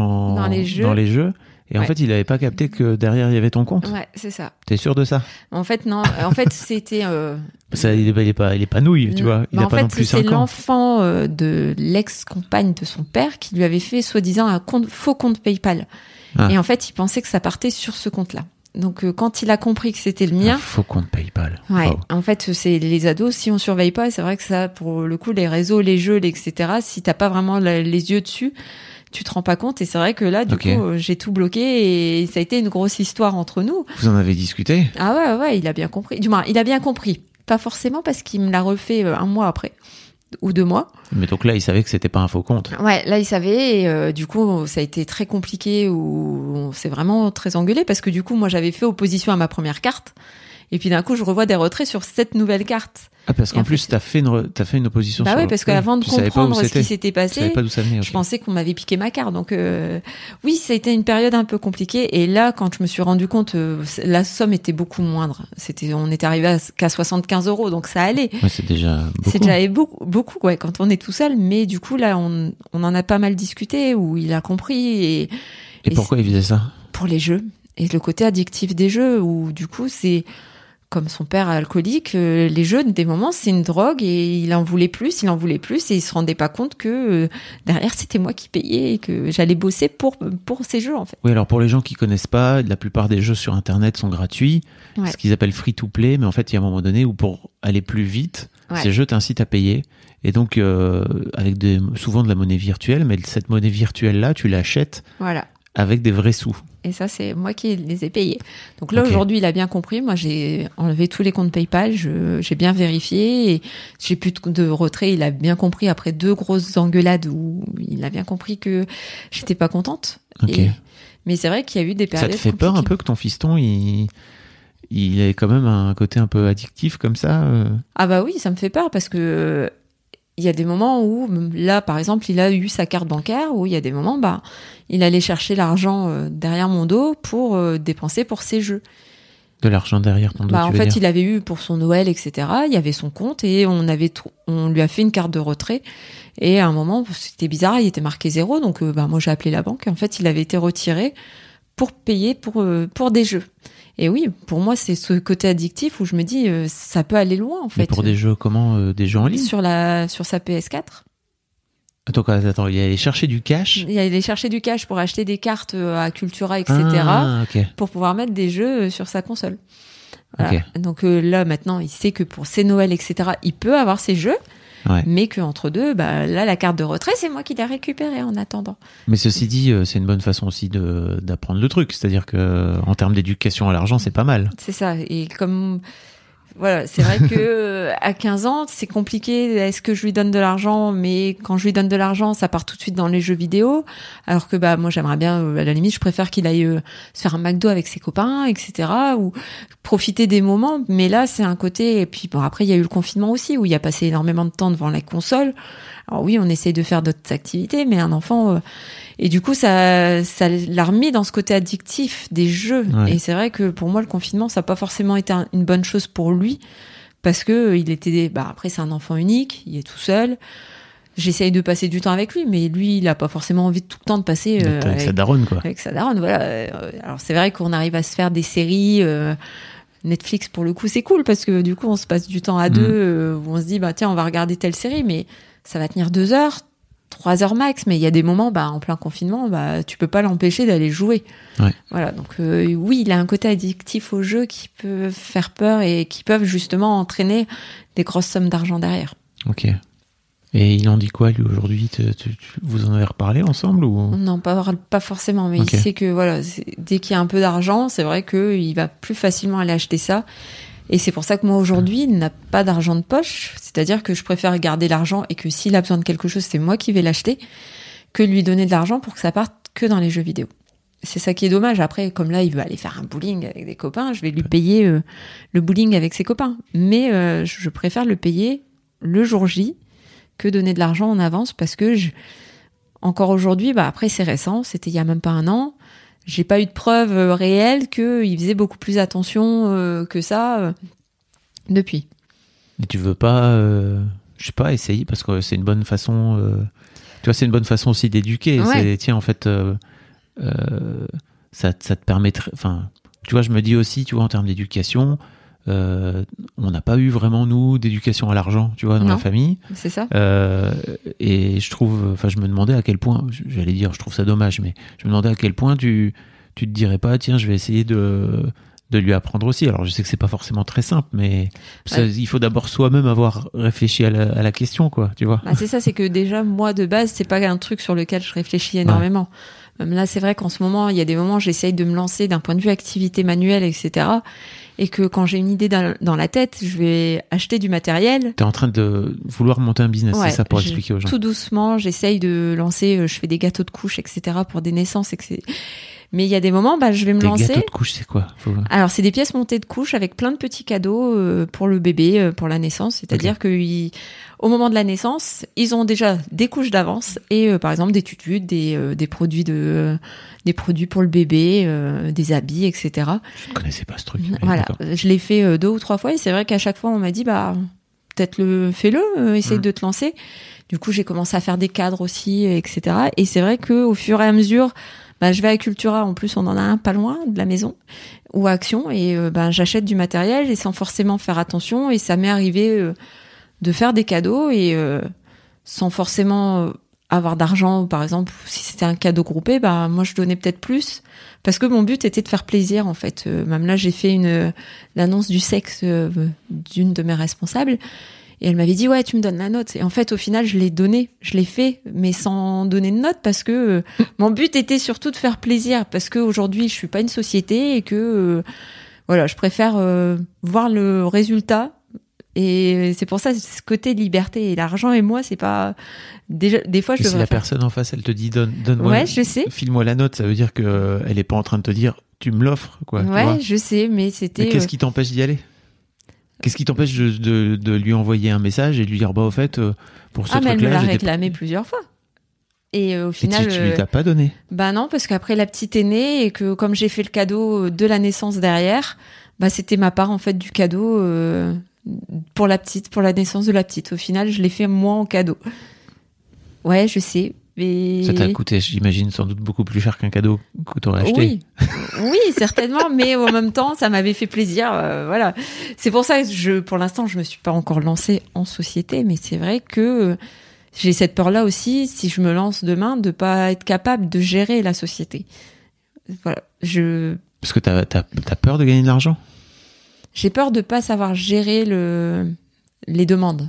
les jeux et en fait, il n'avait pas capté que derrière, il y avait ton compte. Ouais, c'est ça. T'es sûr de ça ? En fait, non. En fait, c'était... Ça, il est pas nouille, tu vois. Il a pas non plus 5 ans. C'est l'enfant de l'ex-compagne de son père qui lui avait fait, soi-disant, un faux compte PayPal. Ah. Et en fait, il pensait que ça partait sur ce compte-là. Donc, quand il a compris que c'était le mien... Un faux compte PayPal. Ouais. Wow. En fait, c'est les ados, si on surveille pas, c'est vrai que ça, pour le coup, les réseaux, les jeux, etc., si t'as pas vraiment les yeux dessus, tu te rends pas compte. Et c'est vrai que là, du coup, j'ai tout bloqué et ça a été une grosse histoire entre nous. Vous en avez discuté ? Ah ouais, il a bien compris. Du moins, il a bien compris. Pas forcément parce qu'il me l'a refait 1 mois après. Ou 2 mois. Mais donc là, il savait que c'était pas un faux compte. Ouais, là, il savait. Et du coup, ça a été très compliqué où on s'est vraiment très engueulé parce que du coup, moi, j'avais fait opposition à ma première carte. Et puis d'un coup, je revois des retraits sur cette nouvelle carte. Ah, parce qu'en plus, t'as fait une opposition sur... Bah oui, parce qu'avant de comprendre ce qui s'était passé, tu savais pas d'où ça venait, je pensais qu'on m'avait piqué ma carte. Donc oui, ça a été une période un peu compliquée. Et là, quand je me suis rendu compte, la somme était beaucoup moindre. On était arrivé qu'à 75 €, donc ça allait. Ouais, c'est déjà beaucoup. C'est déjà beaucoup, ouais, quand on est tout seul. Mais du coup, là, on en a pas mal discuté, où il a compris. Et pourquoi il faisait ça ? Pour les jeux. Et le côté addictif des jeux, où du coup, c'est... Comme son père alcoolique, les jeux, des moments, c'est une drogue et il en voulait plus et il se rendait pas compte que derrière, c'était moi qui payais et que j'allais bosser pour ces jeux, en fait. Oui, alors pour les gens qui connaissent pas, la plupart des jeux sur Internet sont gratuits, ce qu'ils appellent free to play, mais en fait, il y a un moment donné où pour aller plus vite, ces jeux t'incitent à payer. Et donc, avec souvent de la monnaie virtuelle, mais cette monnaie virtuelle-là, tu l'achètes avec des vrais sous. Et ça, c'est moi qui les ai payés. Donc là, aujourd'hui, il a bien compris. Moi, j'ai enlevé tous les comptes PayPal. J'ai bien vérifié et j'ai plus de retrait. Il a bien compris après 2 grosses engueulades où il a bien compris que j'étais pas contente. Mais c'est vrai qu'il y a eu des périodes. Ça te fait peur un peu que ton fiston, il ait quand même un côté un peu addictif comme ça Ah bah oui, ça me fait peur parce que il y a des moments où, là, par exemple, il a eu sa carte bancaire, où il y a des moments, il allait chercher l'argent derrière mon dos pour dépenser pour ses jeux. De l'argent derrière ton dos, En fait, il avait eu pour son Noël, etc. Il y avait son compte et on lui a fait une carte de retrait. Et à un moment, c'était bizarre, il était marqué 0. Donc, moi, j'ai appelé la banque. En fait, il avait été retiré pour payer pour des jeux. Et oui, pour moi, c'est ce côté addictif où je me dis, ça peut aller loin, en fait. Mais pour des jeux, comment? Des jeux en ligne? Sur sa PS4. Attends, il allait chercher du cash? Il allait chercher du cash pour acheter des cartes à Cultura, etc. Okay. Pour pouvoir mettre des jeux sur sa console. Voilà. Okay. Donc là, maintenant, il sait que pour ses Noëls, etc., il peut avoir ses jeux. Ouais. Mais qu'entre deux, là, la carte de retrait, c'est moi qui l'ai récupérée en attendant. Mais ceci dit, c'est une bonne façon aussi d'apprendre le truc. C'est-à-dire que en termes d'éducation à l'argent, c'est pas mal. C'est ça. Et comme... Voilà, c'est vrai que à 15 ans, c'est compliqué. Est-ce que je lui donne de l'argent? Mais quand je lui donne de l'argent, ça part tout de suite dans les jeux vidéo. Alors que moi, j'aimerais bien, à la limite, je préfère qu'il aille se faire un McDo avec ses copains, etc. Ou profiter des moments. Mais là, c'est un côté. Et puis après, il y a eu le confinement aussi, où il a passé énormément de temps devant la console. Alors oui, on essaye de faire d'autres activités, mais un enfant... Et du coup, ça l'a remis dans ce côté addictif des jeux. Ouais. Et c'est vrai que pour moi, le confinement, ça n'a pas forcément été une bonne chose pour lui. Parce que il était... après, c'est un enfant unique, il est tout seul. J'essaye de passer du temps avec lui, mais lui, il n'a pas forcément envie tout le temps de passer... avec sa daronne, quoi. Avec sa daronne, voilà. Alors, c'est vrai qu'on arrive à se faire des séries... Netflix, pour le coup, c'est cool, parce que du coup, on se passe du temps à deux, où on se dit, tiens, on va regarder telle série, mais ça va tenir 2 heures, 3 heures max, mais il y a des moments, en plein confinement, tu peux pas l'empêcher d'aller jouer. Ouais. Voilà, donc oui, il a un côté addictif aux jeux qui peut faire peur et qui peuvent justement entraîner des grosses sommes d'argent derrière. Ok. Et il en dit quoi, lui, aujourd'hui? Vous en avez reparlé ensemble ou... Non, pas forcément, mais il sait que voilà, dès qu'il y a un peu d'argent, c'est vrai qu'il va plus facilement aller acheter ça. Et c'est pour ça que moi, aujourd'hui, il n'a pas d'argent de poche. C'est-à-dire que je préfère garder l'argent et que s'il a besoin de quelque chose, c'est moi qui vais l'acheter, que de lui donner de l'argent pour que ça parte que dans les jeux vidéo. C'est ça qui est dommage. Après, comme là, il veut aller faire un bowling avec des copains, je vais lui payer le bowling avec ses copains. Mais je préfère le payer le jour J que donner de l'argent en avance parce que encore aujourd'hui, après, c'est récent, c'était il y a même pas 1 an. J'ai pas eu de preuves réelles qu'il faisait beaucoup plus attention que ça depuis. Et tu veux pas, je sais pas, essayer parce que c'est une bonne façon. Tu vois, c'est une bonne façon aussi d'éduquer. Ouais. C'est, tiens, en fait, ça te permettrait. Enfin, tu vois, je me dis aussi, tu vois, en termes d'éducation, on n'a pas eu vraiment nous d'éducation à l'argent, tu vois, dans la famille. C'est ça. Et je trouve, enfin, je me demandais à quel point, j'allais dire, je trouve ça dommage, mais je me demandais à quel point tu te dirais pas, tiens, je vais essayer de lui apprendre aussi. Alors, je sais que c'est pas forcément très simple, mais il faut d'abord soi-même avoir réfléchi à la question, quoi, tu vois. C'est ça, c'est que déjà, moi, de base, c'est pas un truc sur lequel je réfléchis énormément. Ouais. Même là, c'est vrai qu'en ce moment, il y a des moments où j'essaye de me lancer d'un point de vue activité manuelle, etc. Et que quand j'ai une idée dans la tête, je vais acheter du matériel. T'es en train de vouloir monter un business, c'est ça, pour expliquer aux gens. Tout doucement, j'essaye de lancer, je fais des gâteaux de couches, etc. pour des naissances, etc. Mais il y a des moments, je vais me lancer. Des gâteaux de couches, c'est quoi? Alors, c'est des pièces montées de couches avec plein de petits cadeaux pour le bébé, pour la naissance. C'est-à-dire que au moment de la naissance, ils ont déjà des couches d'avance et, par exemple, des tutus, des produits pour le bébé, des habits, etc. Je ne connaissais pas ce truc. Voilà, je l'ai fait 2 ou 3 fois et c'est vrai qu'à chaque fois, on m'a dit, peut-être fais-le, essaye de te lancer. Du coup, j'ai commencé à faire des cadres aussi, etc. Et c'est vrai qu'au fur et à mesure, je vais à Cultura, en plus on en a un pas loin de la maison, ou à Action, et j'achète du matériel et sans forcément faire attention, et ça m'est arrivé de faire des cadeaux et sans forcément avoir d'argent, par exemple, si c'était un cadeau groupé, moi je donnais peut-être plus, parce que mon but était de faire plaisir en fait. Même là j'ai fait l'annonce du sexe d'une de mes responsables, et elle m'avait dit, ouais, tu me donnes la note. Et en fait, au final, je l'ai fait, mais sans donner de note, parce que mon but était surtout de faire plaisir, parce qu'aujourd'hui, je suis pas une société et que, je préfère voir le résultat. Et c'est pour ça, ce côté liberté et l'argent et moi, c'est pas... Déjà, des fois, je devrais la personne en face, elle te dit, donne-moi, ouais, je sais. File-moi la note, ça veut dire qu'elle est pas en train de te dire, tu me l'offres, quoi. Ouais, je sais, mais c'était... Mais qu'est-ce qui t'empêche d'y aller? Qu'est-ce qui t'empêche de lui envoyer un message et de lui dire, au fait, pour ce truc-là... mais elle me l'a réclamé plusieurs fois. Et au final... Et tu lui t'as pas donné? Non, parce qu'après, la petite est née et que comme j'ai fait le cadeau de la naissance derrière, c'était ma part en fait du cadeau pour la naissance de la petite. Au final, je l'ai fait moi en cadeau. Ouais, je sais. Mais... Ça t'a coûté, j'imagine, sans doute beaucoup plus cher qu'un cadeau que t'aurais acheté. Oui, certainement, mais en même temps, ça m'avait fait plaisir. Voilà. C'est pour ça que pour l'instant, je me suis pas encore lancée en société, mais c'est vrai que j'ai cette peur-là aussi, si je me lance demain, de pas être capable de gérer la société. Voilà. Parce que t'as peur de gagner de l'argent ? J'ai peur de pas savoir gérer les demandes,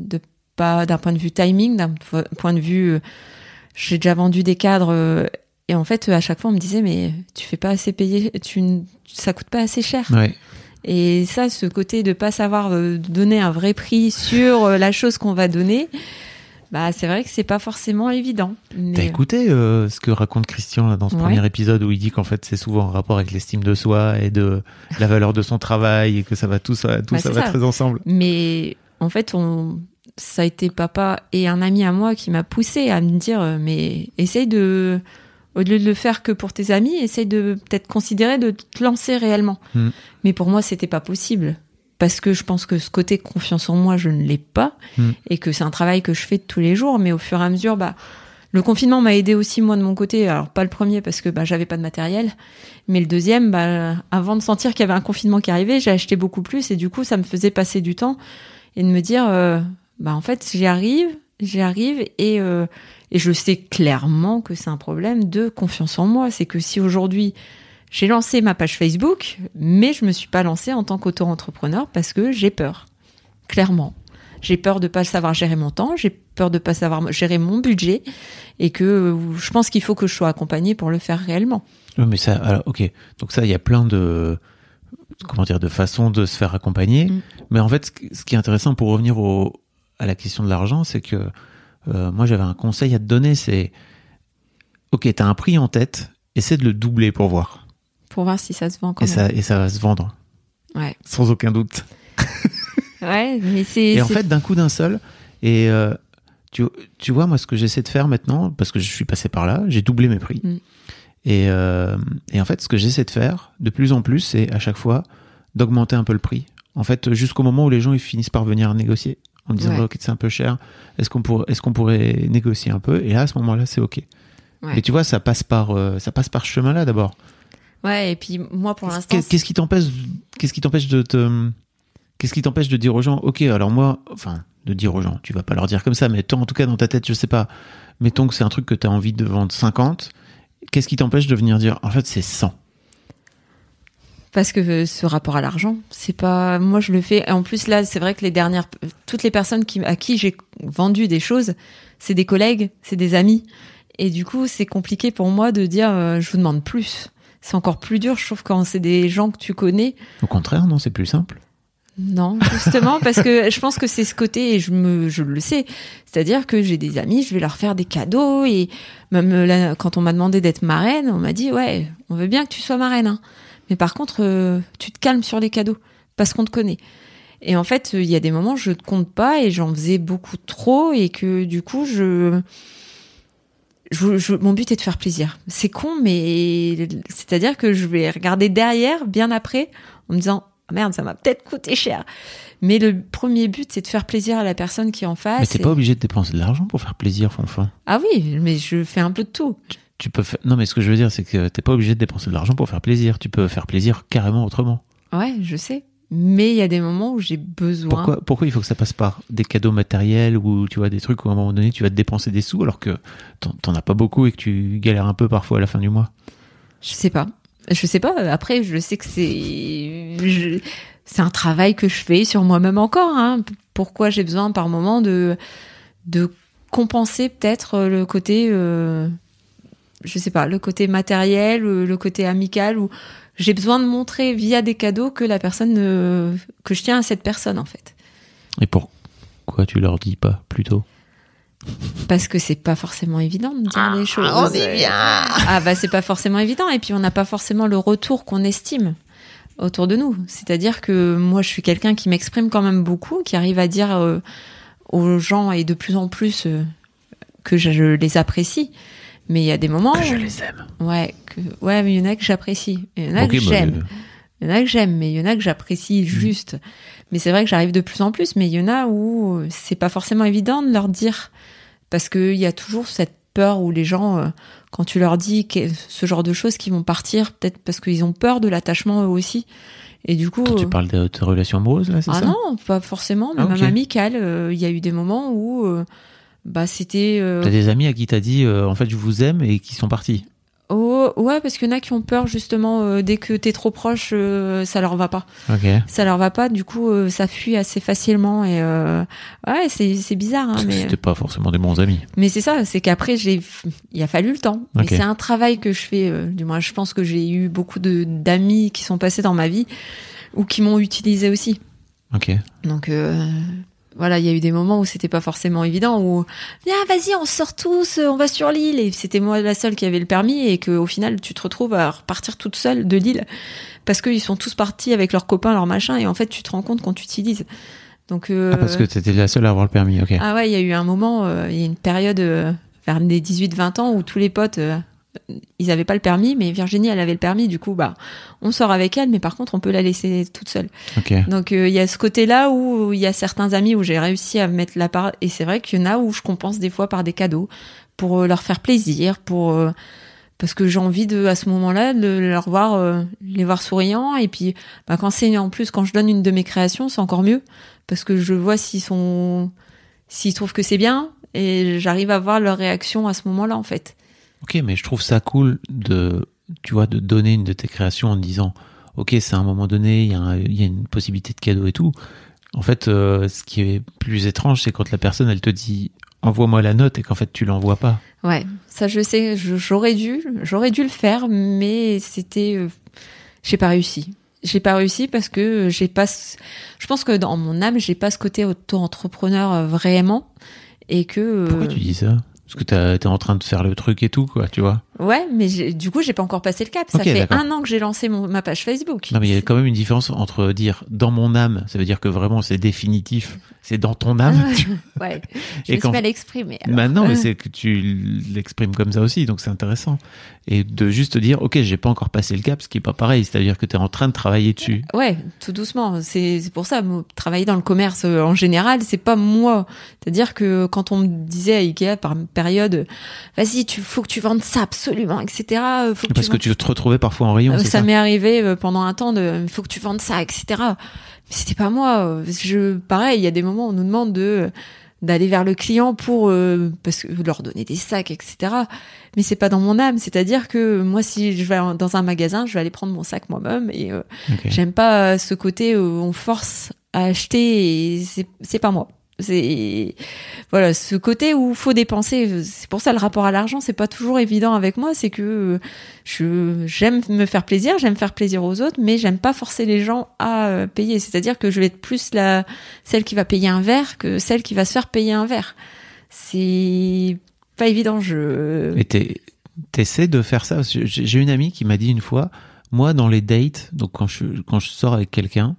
d'un point de vue timing, d'un point de vue. J'ai déjà vendu des cadres et en fait à chaque fois on me disait mais tu fais pas assez payer, ça coûte pas assez cher. Ouais. Et ça, ce côté de pas savoir donner un vrai prix sur la chose qu'on va donner, c'est vrai que c'est pas forcément évident. Mais... T'as écouté ce que raconte Christian là, dans ce premier épisode où il dit qu'en fait c'est souvent en rapport avec l'estime de soi et de la valeur de son travail et que ça va ça va très ensemble. Mais en fait ça a été papa et un ami à moi qui m'a poussé à me dire mais essaye de, au lieu de le faire que pour tes amis, essaye de peut-être considérer de te lancer réellement. Mais pour moi c'était pas possible parce que je pense que ce côté confiance en moi je ne l'ai pas et que c'est un travail que je fais tous les jours, mais au fur et à mesure le confinement m'a aidé aussi moi de mon côté. Alors pas le premier parce que j'avais pas de matériel, mais le deuxième avant de sentir qu'il y avait un confinement qui arrivait, j'ai acheté beaucoup plus et du coup ça me faisait passer du temps et de me dire en fait, j'y arrive et je sais clairement que c'est un problème de confiance en moi. C'est que si aujourd'hui, j'ai lancé ma page Facebook, mais je me suis pas lancée en tant qu'auto-entrepreneur parce que j'ai peur. Clairement. J'ai peur de pas savoir gérer mon temps, j'ai peur de pas savoir gérer mon budget et que je pense qu'il faut que je sois accompagnée pour le faire réellement. Oui, mais ça, alors, ok. Donc ça, il y a plein de façons de se faire accompagner. Mais en fait, ce qui est intéressant pour revenir à la question de l'argent, c'est que moi j'avais un conseil à te donner, c'est ok, t'as un prix en tête, essaie de le doubler pour voir. Pour voir si ça se vend quand même. Et ça va se vendre. Ouais. Sans aucun doute. Ouais, mais Et en fait, d'un coup d'un seul, et tu vois, moi ce que j'essaie de faire maintenant, parce que je suis passé par là, j'ai doublé mes prix. Et en fait, ce que j'essaie de faire, de plus en plus, c'est à chaque fois d'augmenter un peu le prix. En fait, jusqu'au moment où les gens ils finissent par venir négocier. En disant ok, c'est un peu cher, est-ce qu'on pourrait négocier un peu, et là à ce moment-là c'est ok. Mais tu vois, ça passe par ce chemin-là d'abord. Ouais, et puis moi pour l'instant qu'est-ce qui t'empêche de dire aux gens ok, alors moi, enfin de dire aux gens, tu vas pas leur dire comme ça, mais toi en tout cas dans ta tête, je sais pas, mettons que c'est un truc que t'as envie de vendre 50, qu'est-ce qui t'empêche de venir dire en fait c'est 100? Parce que ce rapport à l'argent, c'est pas, moi je le fais. Et en plus là, c'est vrai que toutes les personnes à qui j'ai vendu des choses, c'est des collègues, c'est des amis. Et du coup, c'est compliqué pour moi de dire, je vous demande plus. C'est encore plus dur, je trouve, quand c'est des gens que tu connais. Au contraire, non, c'est plus simple. Non, justement, parce que je pense que c'est ce côté, et je le sais. C'est-à-dire que j'ai des amis, je vais leur faire des cadeaux, et même là, quand on m'a demandé d'être marraine, on m'a dit, ouais, on veut bien que tu sois marraine, hein. Mais par contre, tu te calmes sur les cadeaux, parce qu'on te connaît. Et en fait, il y a des moments, je ne compte pas, et j'en faisais beaucoup trop, et que du coup, mon but est de faire plaisir. C'est con, mais c'est-à-dire que je vais regarder derrière, bien après, en me disant, oh merde, ça m'a peut-être coûté cher. Mais le premier but, c'est de faire plaisir à la personne qui est en face. Mais t'es pas obligé de dépenser de l'argent pour faire plaisir, Fanfan. Ah oui, mais je fais un peu de tout. Tu peux faire... Non, mais ce que je veux dire, c'est que t'es pas obligé de dépenser de l'argent pour faire plaisir. Tu peux faire plaisir carrément autrement. Ouais, je sais. Mais il y a des moments où j'ai besoin. Pourquoi il faut que ça passe par des cadeaux matériels ou tu vois des trucs où à un moment donné tu vas te dépenser des sous alors que t'en as pas beaucoup et que tu galères un peu parfois à la fin du mois? Je sais pas. Après, je sais que c'est un travail que je fais sur moi-même encore, hein. Pourquoi j'ai besoin par moment de compenser peut-être le côté, je sais pas, le côté matériel, le côté amical, où j'ai besoin de montrer via des cadeaux que la personne, que je tiens à cette personne, en fait. Et pourquoi tu leur dis pas plutôt? Parce que c'est pas forcément évident de dire les choses. On est bien. C'est pas forcément évident. Et puis on n'a pas forcément le retour qu'on estime autour de nous. C'est-à-dire que moi, je suis quelqu'un qui m'exprime quand même beaucoup, qui arrive à dire aux gens, et de plus en plus, que je les apprécie. Mais il y a des moments que je les aime. Ouais, mais il y en a que j'apprécie. Il y en a que j'aime. Il y en a que j'aime, mais il y en a que j'apprécie juste. Mais c'est vrai que j'arrive de plus en plus, mais il y en a où c'est pas forcément évident de leur dire. Parce qu'il y a toujours cette peur où les gens, quand tu leur dis ce genre de choses, qu'ils vont partir, peut-être parce qu'ils ont peur de l'attachement eux aussi. Et du coup, Toi, tu parles de tes relations amoureuses, là, c'est ça? Ah non, pas forcément, mais même amicales. Il y a eu des moments où c'était... T'as des amis à qui t'as dit, en fait, je vous aime, et qui sont partis? Oh, ouais, parce qu'il y en a qui ont peur, justement, dès que t'es trop proche, ça leur va pas. Okay. Ça leur va pas, du coup, ça fuit assez facilement. Et ouais, c'est bizarre. Parce que mais c'était pas forcément des bons amis. Mais c'est ça, c'est qu'après, il a fallu le temps. Okay. Et c'est un travail que je fais, du moins, je pense que j'ai eu beaucoup d'amis qui sont passés dans ma vie ou qui m'ont utilisé aussi. Ok. Donc, voilà, il y a eu des moments où c'était pas forcément évident, où viens, vas-y, on sort tous, on va sur l'île, et c'était moi la seule qui avait le permis, et que au final tu te retrouves à repartir toute seule de l'île parce qu'ils sont tous partis avec leurs copains, leurs machins, et en fait tu te rends compte qu'on t'utilise. Donc parce que t'étais la seule à avoir le permis, ok. Ah ouais, il y a eu un moment, il y a une période vers les 18-20 ans où tous les potes ils avaient pas le permis, mais Virginie elle avait le permis, du coup on sort avec elle, mais par contre on peut la laisser toute seule. Okay. Donc il y a ce côté-là où il y a certains amis où j'ai réussi à mettre la part, et c'est vrai qu'il y en a où je compense des fois par des cadeaux pour leur faire plaisir, parce que j'ai envie à ce moment-là de leur voir, les voir souriants, et puis quand je donne une de mes créations, c'est encore mieux parce que je vois s'ils trouvent que c'est bien, et j'arrive à voir leur réaction à ce moment-là en fait. Ok, mais je trouve ça cool de donner une de tes créations en disant, ok, c'est à un moment donné, il y a une possibilité de cadeau et tout. En fait, ce qui est plus étrange, c'est quand la personne, elle te dit, envoie-moi la note, et qu'en fait, tu l'envoies pas. Ouais, ça je sais, j'aurais dû le faire, mais j'ai pas réussi. J'ai pas réussi parce que je pense que dans mon âme, j'ai pas ce côté auto-entrepreneur vraiment, et que... Pourquoi tu dis ça? Parce que t'es en train de faire le truc et tout, quoi, tu vois. Ouais, mais du coup, j'ai pas encore passé le cap. Ça fait 1 an que j'ai lancé ma page Facebook. Non, mais il y a quand même une différence entre dire dans mon âme, ça veut dire que vraiment c'est définitif, c'est dans ton âme. Ouais, je me suis mal exprimée. Maintenant, mais c'est que tu l'exprimes comme ça aussi, donc c'est intéressant. Et de juste dire, ok, j'ai pas encore passé le cap, ce qui est pas pareil, c'est-à-dire que t'es en train de travailler dessus. Ouais, tout doucement. C'est pour ça, travailler dans le commerce en général, c'est pas moi. C'est-à-dire que quand on me disait à Ikea par période, vas-y, faut que tu vendes ça absolument, etc. Parce que tu te retrouvais parfois en rayon. Ça m'est arrivé pendant un temps faut que tu vendes ça, etc. Mais c'était pas moi. Pareil, il y a des moments où on nous demande d'aller vers le client pour parce que leur donner des sacs, etc. Mais c'est pas dans mon âme. C'est-à-dire que moi, si je vais dans un magasin, je vais aller prendre mon sac moi-même, et j'aime pas ce côté où on force à acheter, et c'est pas moi. C'est voilà, ce côté où faut dépenser. C'est pour ça le rapport à l'argent, c'est pas toujours évident avec moi. C'est que j'aime me faire plaisir, j'aime faire plaisir aux autres, mais j'aime pas forcer les gens à payer. C'est-à-dire que je vais être plus celle qui va payer un verre que celle qui va se faire payer un verre. C'est pas évident. Et t'essaies de faire ça. J'ai une amie qui m'a dit une fois, moi dans les dates, donc quand je sors avec quelqu'un,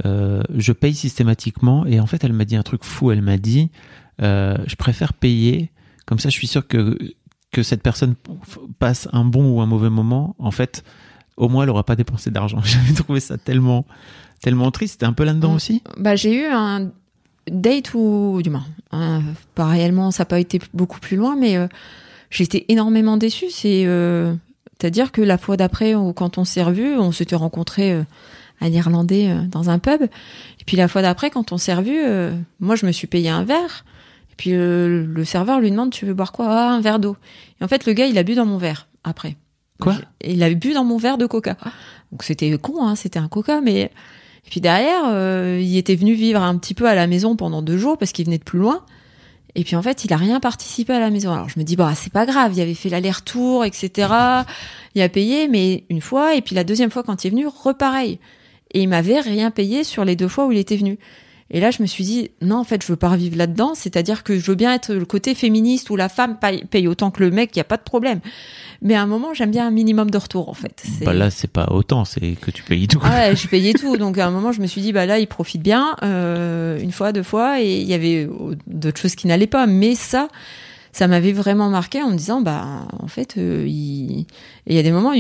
je paye systématiquement, et en fait elle m'a dit un truc fou. Elle m'a dit je préfère payer, comme ça je suis sûr que cette personne passe un bon ou un mauvais moment, en fait au moins elle aura pas dépensé d'argent. J'avais trouvé ça tellement triste. C'était un peu là-dedans aussi. J'ai eu un date où, du moins, pas réellement, ça n'a pas été beaucoup plus loin, mais j'ai été énormément déçue. C'est-à-dire que la fois d'après, quand on s'est revus, on s'était rencontrés à l'Irlandais dans un pub. Et puis la fois d'après, quand on s'est revus, moi je me suis payé un verre. Et puis le serveur lui demande, tu veux boire quoi? Ah, un verre d'eau. Et en fait, le gars, il a bu dans mon verre après. Quoi? Il a bu dans mon verre de coca. Donc c'était con, hein, c'était un coca, mais... Et puis derrière, il était venu vivre un petit peu à la maison pendant 2 jours parce qu'il venait de plus loin. Et puis en fait, il a rien participé à la maison. Alors je me dis, c'est pas grave, il avait fait l'aller-retour, etc. Il a payé, mais une fois, et puis la deuxième fois quand il est venu, repareil. Et il m'avait rien payé sur les 2 fois où il était venu. Et là, je me suis dit, non, en fait, je veux pas revivre là-dedans. C'est-à-dire que je veux bien être le côté féministe où la femme paye autant que le mec, il y a pas de problème. Mais à un moment, j'aime bien un minimum de retour, en fait. Là, c'est pas autant, c'est que tu payes tout. Ah ouais, je payais tout. Donc à un moment, je me suis dit, là, il profite bien, 1 fois, 2 fois, et il y avait d'autres choses qui n'allaient pas. Mais ça m'avait vraiment marqué en me disant, en fait, il y a des moments où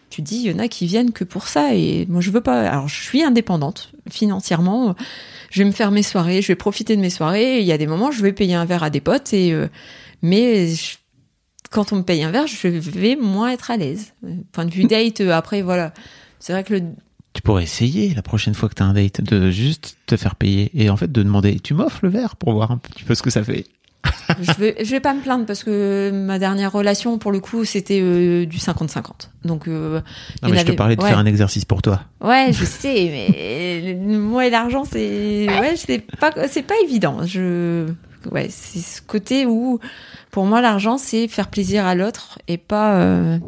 tu dis, il y en a qui viennent que pour ça. Et moi, je veux pas. Alors, je suis indépendante financièrement. Je vais me faire mes soirées, je vais profiter de mes soirées. Il y a des moments, je vais payer un verre à des potes. Quand on me paye un verre, je vais moins être à l'aise. Point de vue date, après, voilà. C'est vrai que Tu pourrais essayer la prochaine fois que tu as un date de juste te faire payer et en fait de demander tu m'offres le verre pour voir un petit peu ce que ça fait. Je vais pas me plaindre parce que ma dernière relation, pour le coup, c'était du 50-50. Donc, non, mais je te parlais de faire un exercice pour toi. Ouais, je sais, mais moi et l'argent, c'est pas évident. C'est ce côté où, pour moi, l'argent, c'est faire plaisir à l'autre et pas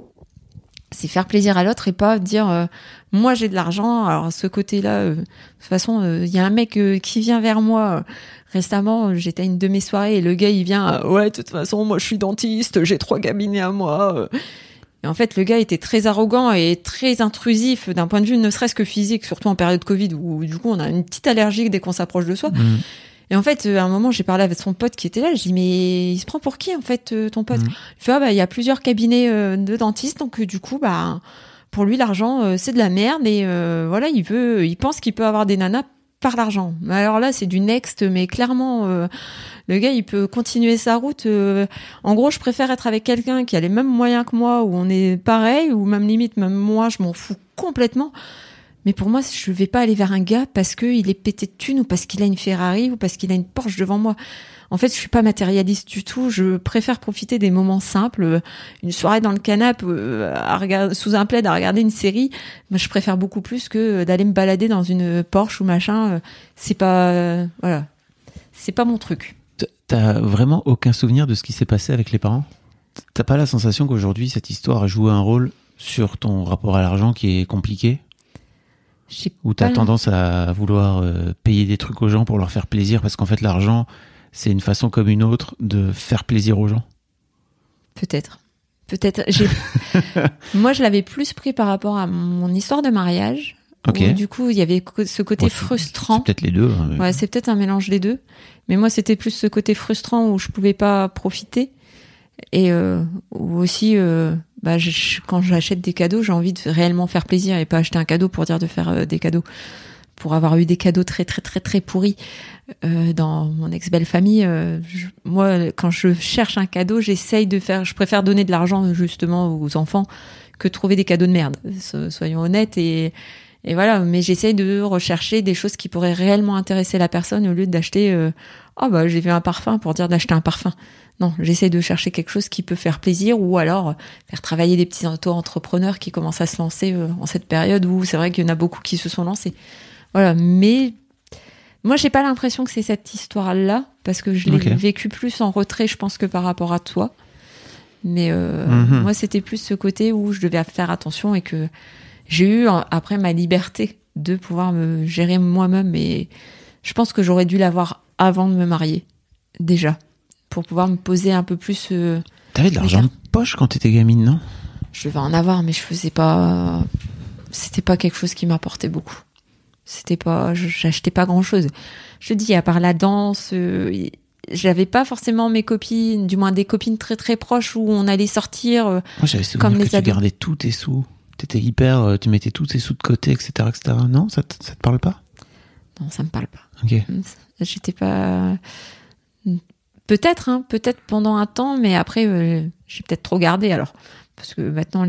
dire moi j'ai de l'argent. Alors ce côté-là, de toute façon, il y a un mec qui vient vers moi. Récemment, j'étais à une de mes soirées et le gars il vient, ouais, de toute façon, moi je suis dentiste, j'ai 3 cabinets à moi. Et en fait, le gars était très arrogant et très intrusif d'un point de vue ne serait-ce que physique, surtout en période Covid où du coup on a une petite allergie dès qu'on s'approche de soi. Et en fait, à un moment, j'ai parlé avec son pote qui était là. Je dis, mais il se prend pour qui, en fait, ton pote? Il fait, il y a plusieurs cabinets de dentistes. Donc, du coup, pour lui, l'argent, c'est de la merde. Et voilà, il pense qu'il peut avoir des nanas par l'argent. Alors là, c'est du next, mais clairement, le gars, il peut continuer sa route. En gros, je préfère être avec quelqu'un qui a les mêmes moyens que moi, où on est pareil, ou même limite, même moi, je m'en fous complètement. Mais pour moi, je vais pas aller vers un gars parce qu'il est pété de thunes ou parce qu'il a une Ferrari ou parce qu'il a une Porsche devant moi. En fait, je suis pas matérialiste du tout. Je préfère profiter des moments simples. Une soirée dans le canapé, sous un plaid à regarder une série. Moi, je préfère beaucoup plus que d'aller me balader dans une Porsche ou machin. C'est pas, voilà. C'est pas mon truc. T'as vraiment aucun souvenir de ce qui s'est passé avec les parents? T'as pas la sensation qu'aujourd'hui, cette histoire a joué un rôle sur ton rapport à l'argent qui est compliqué? Ou t'as tendance à vouloir payer des trucs aux gens pour leur faire plaisir parce qu'en fait l'argent c'est une façon comme une autre de faire plaisir aux gens? Peut-être. Moi je l'avais plus pris par rapport à mon histoire de mariage. Okay. Où, du coup il y avait ce côté frustrant. C'est peut-être les deux. Ouais, c'est peut-être un mélange des deux. Mais moi c'était plus ce côté frustrant où je pouvais pas profiter. Et où aussi quand j'achète des cadeaux, j'ai envie de réellement faire plaisir et pas acheter un cadeau pour dire de faire des cadeaux. Pour avoir eu des cadeaux très très très très pourris dans mon ex-belle famille, moi quand je cherche un cadeau, je préfère donner de l'argent justement aux enfants que trouver des cadeaux de merde. Soyons honnêtes et voilà, mais j'essaye de rechercher des choses qui pourraient réellement intéresser la personne au lieu d'acheter j'ai vu un parfum pour dire d'acheter un parfum. Non, j'essaie de chercher quelque chose qui peut faire plaisir ou alors faire travailler des petits auto-entrepreneurs qui commencent à se lancer en cette période où c'est vrai qu'il y en a beaucoup qui se sont lancés. Voilà, mais moi j'ai pas l'impression que c'est cette histoire-là parce que je l'ai vécu plus en retrait, je pense, que par rapport à toi. Mais moi c'était plus ce côté où je devais faire attention et que j'ai eu après ma liberté de pouvoir me gérer moi-même et je pense que j'aurais dû l'avoir avant de me marier déjà. Pour pouvoir me poser un peu plus... T'avais de l'argent de poche quand t'étais gamine, non? Je devais en avoir, mais je faisais pas... C'était pas quelque chose qui m'apportait beaucoup. J'achetais pas grand-chose. Je te dis, à part la danse, j'avais pas forcément mes copines, du moins des copines très très proches où on allait sortir. Moi, j'avais souvenir que tu gardais tous tes sous. T'étais hyper... Tu mettais tous tes sous de côté, etc. etc. Non, ça te parle pas? Non, ça me parle pas. Ok. J'étais pas... Peut-être pendant un temps, mais après, j'ai peut-être trop gardé alors. Parce que maintenant,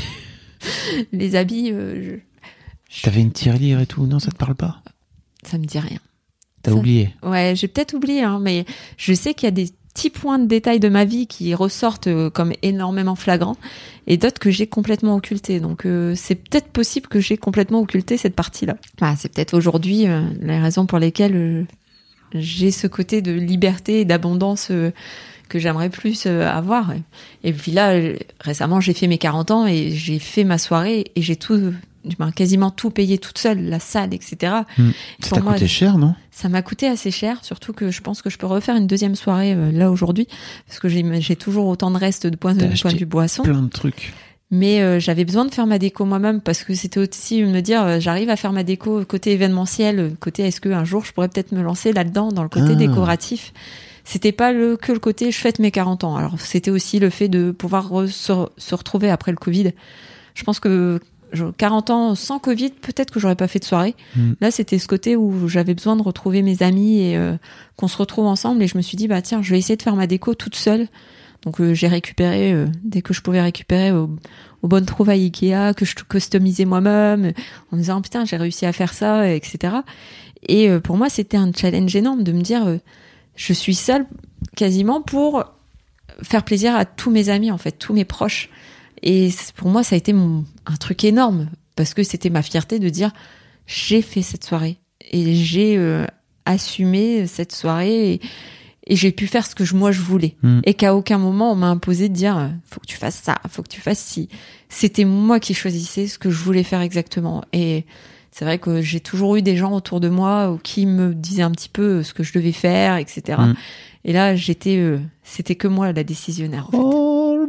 les habits... T'avais une tirelire et tout, non, ça te parle pas? Ça me dit rien. T'as oublié? Ouais, j'ai peut-être oublié, mais je sais qu'il y a des petits points de détail de ma vie qui ressortent comme énormément flagrants et d'autres que j'ai complètement occultés. Donc, c'est peut-être possible que j'ai complètement occulté cette partie-là. C'est peut-être aujourd'hui les raisons pour lesquelles... j'ai ce côté de liberté et d'abondance que j'aimerais plus avoir. Et puis là, récemment, j'ai fait mes 40 ans et j'ai fait ma soirée et j'ai quasiment tout payé toute seule, la salle, etc. Ça t'a coûté cher, non? Ça m'a coûté assez cher, surtout que je pense que je peux refaire une deuxième soirée là aujourd'hui, parce que j'ai toujours autant de restes de point de vue boisson. Plein de trucs. Mais j'avais besoin de faire ma déco moi-même parce que c'était aussi me dire j'arrive à faire ma déco côté événementiel, côté est-ce qu'un jour je pourrais peut-être me lancer là-dedans dans le côté décoratif. C'était pas que le côté je fête mes 40 ans. Alors c'était aussi le fait de pouvoir se retrouver après le Covid, Je pense que 40 ans sans Covid, peut-être que j'aurais pas fait de soirée. Là, c'était ce côté où j'avais besoin de retrouver mes amis et qu'on se retrouve ensemble. Et je me suis dit, tiens, je vais essayer de faire ma déco toute seule. Donc, j'ai récupéré, dès que je pouvais récupérer aux bonnes trouvailles Ikea, que je customisais moi-même, en me disant, putain, j'ai réussi à faire ça, etc. Et pour moi, c'était un challenge énorme de me dire, je suis seule quasiment pour faire plaisir à tous mes amis, en fait, tous mes proches. Et pour moi, ça a été un truc énorme parce que c'était ma fierté de dire j'ai fait cette soirée et j'ai assumé cette soirée et j'ai pu faire ce que moi je voulais. Et qu'à aucun moment on m'a imposé de dire faut que tu fasses ça, faut que tu fasses ci. C'était moi qui choisissais ce que je voulais faire exactement. Et c'est vrai que j'ai toujours eu des gens autour de moi qui me disaient un petit peu ce que je devais faire, etc. Et là, c'était que moi la décisionnaire, en fait. All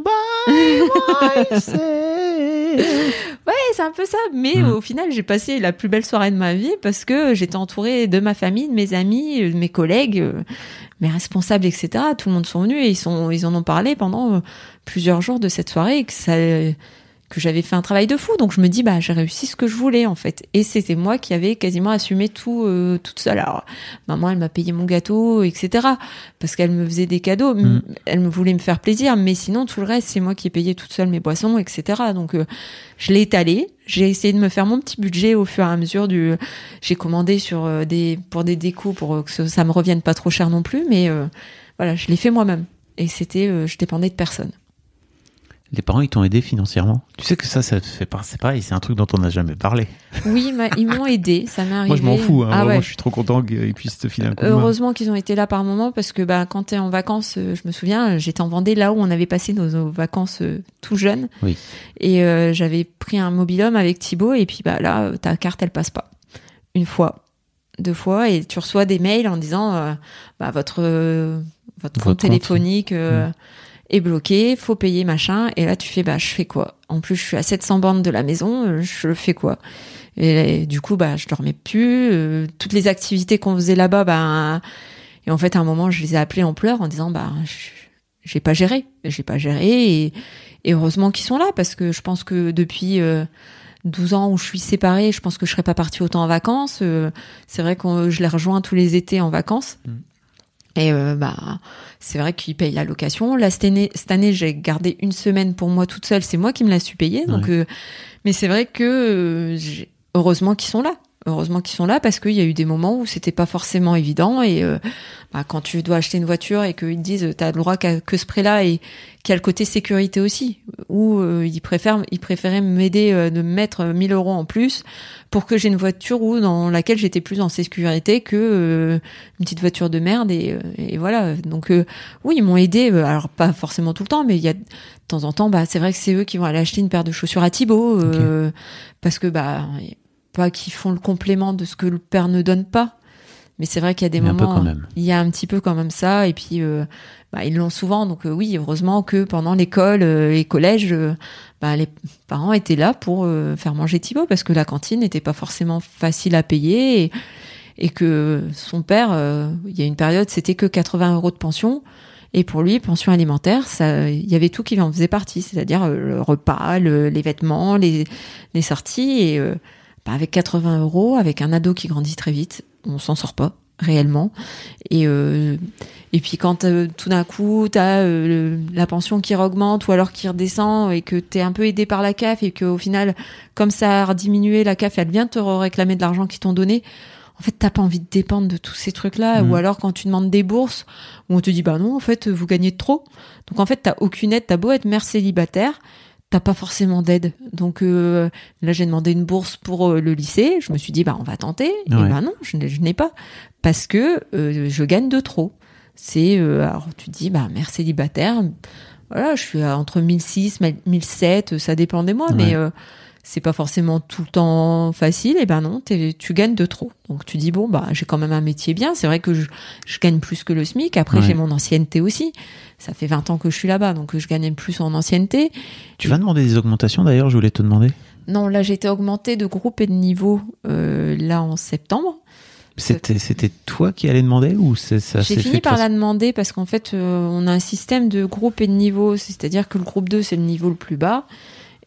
by myself. Ouais, c'est un peu ça. Mais au final, j'ai passé la plus belle soirée de ma vie parce que j'étais entourée de ma famille, de mes amis, de mes collègues, mes responsables, etc. Tout le monde sont venus et ils en ont parlé pendant plusieurs jours de cette soirée et que j'avais fait un travail de fou. Donc je me dis, j'ai réussi ce que je voulais, en fait. Et c'était moi qui avais quasiment assumé tout toute seule. Alors, maman, elle m'a payé mon gâteau, etc. Parce qu'elle me faisait des cadeaux. Elle me voulait me faire plaisir. Mais sinon, tout le reste, c'est moi qui ai payé toute seule mes boissons, etc. Donc, je l'ai étalé. J'ai essayé de me faire mon petit budget au fur et à mesure j'ai commandé pour des décos pour que ça me revienne pas trop cher non plus. Mais, voilà, je l'ai fait moi-même. Et je dépendais de personne. Les parents, ils t'ont aidé financièrement? Tu sais que ça c'est pareil, c'est un truc dont on n'a jamais parlé. Oui, ils m'ont aidé, ça m'est arrivé. Moi, je m'en fous, vraiment, ouais. Je suis trop content qu'ils puissent te filer un coup de main. Heureusement qu'ils ont été là par moment, parce que quand t'es en vacances, je me souviens, j'étais en Vendée, là où on avait passé nos vacances tout jeunes. Oui. Et j'avais pris un mobil-home avec Thibaut, et puis là, ta carte, elle passe pas. Une fois, 2 fois, et tu reçois des mails en disant votre compte téléphonique... est bloqué, faut payer, machin. Et là, tu fais, je fais quoi? En plus, je suis à 700 bornes de la maison, je fais quoi? Et du coup, je dormais plus. Toutes les activités qu'on faisait là-bas, et en fait, à un moment, je les ai appelés en pleurs en disant, j'ai pas géré. Et heureusement qu'ils sont là, parce que je pense que depuis 12 ans où je suis séparée, je pense que je serais pas partie autant en vacances. C'est vrai que je les rejoins tous les étés en vacances. Et c'est vrai qu'ils payent la location. Là, cette année, j'ai gardé 1 semaine pour moi toute seule. C'est moi qui me l'ai su payer. Donc, mais c'est vrai que heureusement qu'ils sont là. Heureusement qu'ils sont là, parce qu'il y a eu des moments où c'était pas forcément évident. Et quand tu dois acheter une voiture et qu'ils te disent t'as le droit qu'à que ce prix-là, et qu'il y a le côté sécurité aussi, où ils préféraient m'aider de me mettre 1 000 € en plus pour que j'ai une voiture dans laquelle j'étais plus en sécurité que une petite voiture de merde. Et voilà. Donc oui, ils m'ont aidé. Alors pas forcément tout le temps, mais il y a de temps en temps, c'est vrai que c'est eux qui vont aller acheter une paire de chaussures à Thibaut, parce que pas qu'ils font le complément de ce que le père ne donne pas, mais c'est vrai qu'il y a des moments, il y a un petit peu quand même ça, et puis ils l'ont souvent, donc oui, heureusement que pendant l'école et collège, les parents étaient là pour faire manger Thibaut, parce que la cantine n'était pas forcément facile à payer, et que son père, il y a une période, c'était que 80 € de pension. Et pour lui, pension alimentaire, il y avait tout qui en faisait partie, c'est-à-dire le repas, les vêtements, les sorties, et avec 80 €, avec un ado qui grandit très vite, on s'en sort pas réellement. Et puis quand tout d'un coup t'as la pension qui augmente ou alors qui redescend, et que t'es un peu aidé par la CAF, et qu'au final, comme ça a diminué, la CAF elle vient te réclamer de l'argent qu'ils t'ont donné. En fait, t'as pas envie de dépendre de tous ces trucs-là. Ou alors quand tu demandes des bourses, où on te dit non, en fait vous gagnez trop. Donc en fait t'as aucune aide. T'as beau être mère célibataire, t'as pas forcément d'aide. Donc là, j'ai demandé une bourse pour le lycée. Je me suis dit, on va tenter. Ouais. Et non, je n'ai pas. Parce que je gagne de trop. Alors tu te dis, mère célibataire, voilà, je suis entre 1006, 1007, ça dépend des mois, mais c'est pas forcément tout le temps facile. Et non, tu gagnes de trop. Donc tu dis, j'ai quand même un métier bien. C'est vrai que je gagne plus que le SMIC. Après, j'ai mon ancienneté aussi. Ça fait 20 ans que je suis là-bas, donc je gagne plus en ancienneté. Tu vas demander des augmentations d'ailleurs, je voulais te demander. Non, là j'ai été augmentée de groupe et de niveau là en septembre. C'était toi qui allais demander, ou ça J'ai fini par la demander, parce qu'en fait on a un système de groupe et de niveau, c'est-à-dire que le groupe 2 c'est le niveau le plus bas,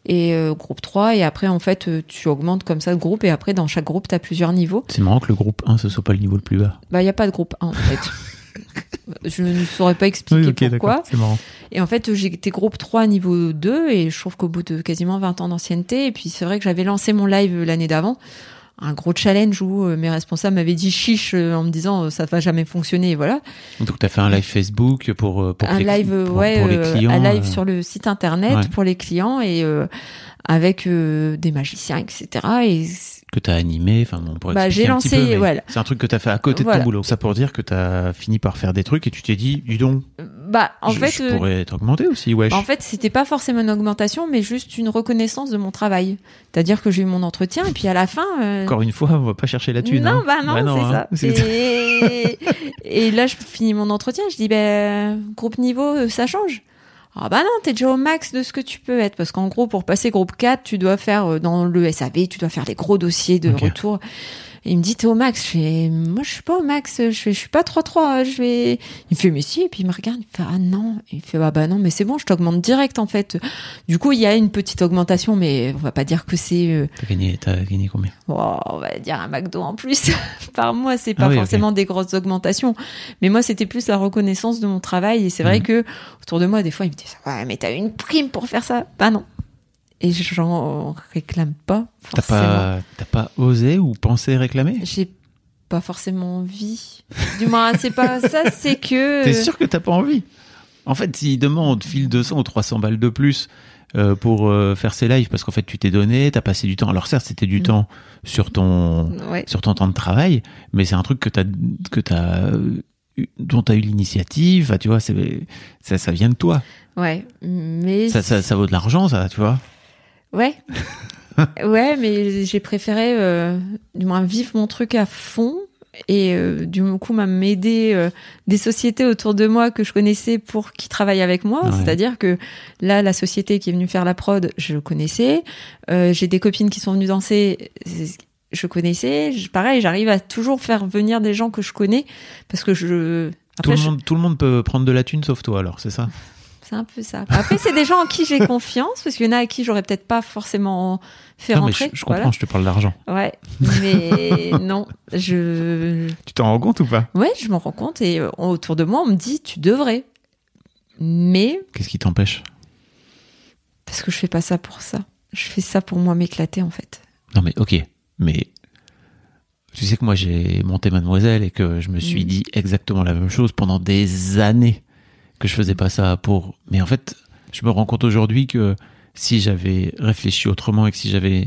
Et groupe 3, et après, en fait, tu augmentes comme ça de groupe, et après, dans chaque groupe, tu as plusieurs niveaux. C'est marrant que le groupe 1, ce soit pas le niveau le plus bas. Bah, il n'y a pas de groupe 1, en fait. Je ne saurais pas expliquer pourquoi. D'accord, c'est marrant. Et en fait, j'ai été groupe 3 niveau 2, et je trouve qu'au bout de quasiment 20 ans d'ancienneté, et puis c'est vrai que j'avais lancé mon live l'année d'avant, un gros challenge où mes responsables m'avaient dit chiche en me disant ça va jamais fonctionner, et voilà. Donc tu as fait un live Facebook pour un les, live, pour les clients. Un live sur le site internet ouais. pour les clients, et avec des magiciens, etc. Et que tu as animé, enfin on pourrait j'ai lancé, un petit peu, voilà. C'est un truc que tu as fait à côté de ton boulot. Ça pour dire que tu as fini par faire des trucs et tu t'es dit, dis donc, je pourrais t'augmenter aussi, wesh. En fait, c'était pas forcément une augmentation, mais juste une reconnaissance de mon travail. C'est-à-dire que j'ai eu mon entretien, et puis à la fin... Encore une fois, on va pas chercher la thune. Non, hein. C'est ça. Et là, je finis mon entretien, je dis, groupe niveau, ça change. Ah bah non, t'es déjà au max de ce que tu peux être, parce qu'en gros, pour passer groupe 4, tu dois faire dans le SAV, tu dois faire les gros dossiers de retour. Et il me dit, t'es au max. Moi, je suis pas au max, je suis pas 3-3, Il me fait, mais si, et puis il me regarde, il me fait, ah non. Il me fait, bah non, mais c'est bon, je t'augmente direct, en fait. Du coup, il y a une petite augmentation, mais on va pas dire que c'est... T'as gagné combien? On va dire un McDo en plus par mois, c'est pas forcément des grosses augmentations. Mais moi, c'était plus la reconnaissance de mon travail, et c'est vrai que, autour de moi, des fois, ils me disent, ouais, mais t'as eu une prime pour faire ça. Bah non. Et j'en réclame pas forcément. T'as pas osé ou pensé réclamer? J'ai pas forcément envie. Du moins, c'est pas ça, c'est que... T'es sûr que t'as pas envie? En fait, s'ils demandent file 200 ou 300 balles de plus pour faire ces lives, parce qu'en fait, tu t'es donné, t'as passé du temps. Alors certes, c'était du temps sur ton temps de travail, mais c'est un truc dont t'as eu l'initiative. Enfin, tu vois, ça vient de toi. Ouais, mais... Ça vaut de l'argent, ça, tu vois. Ouais. Ouais, mais j'ai préféré du moins vivre mon truc à fond, et du coup m'aider des sociétés autour de moi que je connaissais pour qui travaillent avec moi. Ouais. C'est-à-dire que là, la société qui est venue faire la prod, je connaissais. J'ai des copines qui sont venues danser, je connaissais. Pareil, j'arrive à toujours faire venir des gens que je connais, parce que tout le monde peut prendre de la thune sauf toi, alors, c'est ça? C'est un peu ça. Après, c'est des gens en qui j'ai confiance, parce qu'il y en a à qui j'aurais peut-être pas forcément fait rentrer. Mais je comprends, je te parle d'argent. Ouais, mais non, Tu t'en rends compte ou pas? Ouais, je m'en rends compte, et autour de moi, on me dit, tu devrais. Mais... Qu'est-ce qui t'empêche? Parce que je fais pas ça pour ça. Je fais ça pour moi m'éclater, en fait. Non mais ok, mais... Tu sais que moi, j'ai monté Mademoiselle, et que je me suis dit exactement la même chose pendant des années. Que je faisais pas ça pour... Mais en fait, je me rends compte aujourd'hui que si j'avais réfléchi autrement, et que si j'avais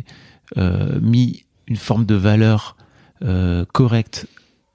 mis une forme de valeur correcte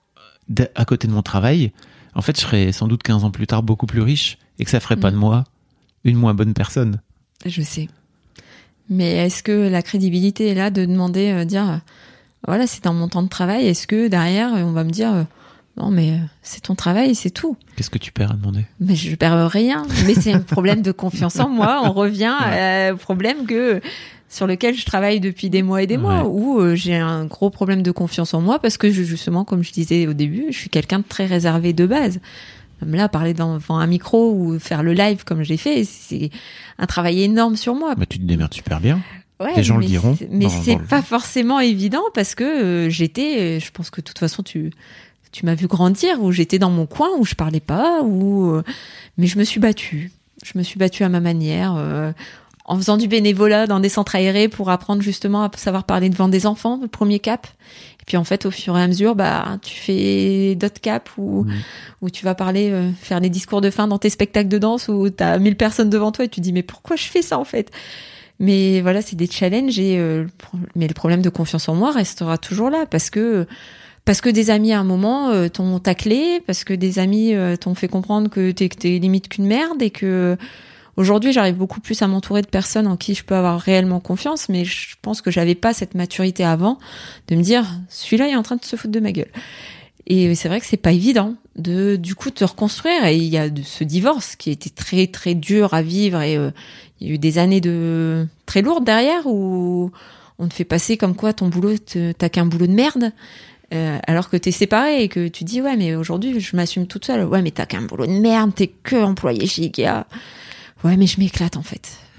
à côté de mon travail, en fait, je serais sans doute 15 ans plus tard beaucoup plus riche, et que ça ferait pas de moi une moins bonne personne. Je sais. Mais est-ce que la crédibilité est là de demander, dire, voilà, c'est dans mon temps de travail, est-ce que derrière, on va me dire... Non, mais c'est ton travail, c'est tout. Qu'est-ce que tu perds à demander? Mais je perds rien. Mais c'est un problème de confiance en moi. On revient au problème sur lequel je travaille depuis des mois et des mois, où j'ai un gros problème de confiance en moi, parce que justement, comme je disais au début, je suis quelqu'un de très réservé de base. Même là, parler devant un micro ou faire le live comme j'ai fait, c'est un travail énorme sur moi. Bah, tu te démerdes super bien. Ouais, les gens le diront. Mais c'est pas forcément évident, parce que je pense que de toute façon, tu m'as vu grandir, où j'étais dans mon coin, où je parlais pas, mais je me suis battue. Je me suis battue à ma manière, en faisant du bénévolat dans des centres aérés pour apprendre justement à savoir parler devant des enfants, le premier cap. Et puis en fait, au fur et à mesure, tu fais d'autres caps où tu vas parler, faire des discours de fin dans tes spectacles de danse, où t'as 1000 personnes devant toi, et tu te dis mais pourquoi je fais ça en fait? Mais voilà, c'est des challenges, mais le problème de confiance en moi restera toujours là, parce que des amis à un moment t'ont taclé, parce que des amis t'ont fait comprendre que t'es limite qu'une merde, et que aujourd'hui j'arrive beaucoup plus à m'entourer de personnes en qui je peux avoir réellement confiance, mais je pense que j'avais pas cette maturité avant de me dire celui-là il est en train de se foutre de ma gueule. Et c'est vrai que c'est pas évident de du coup te reconstruire, et il y a ce divorce qui a été très très dur à vivre, et il y a eu des années de très lourdes derrière, où on te fait passer comme quoi ton boulot t'as qu'un boulot de merde. Alors que t'es séparé, et que tu dis ouais mais aujourd'hui je m'assume toute seule. Ouais mais t'as qu'un boulot de merde, t'es que employé chez Ikea. Ouais mais je m'éclate en fait.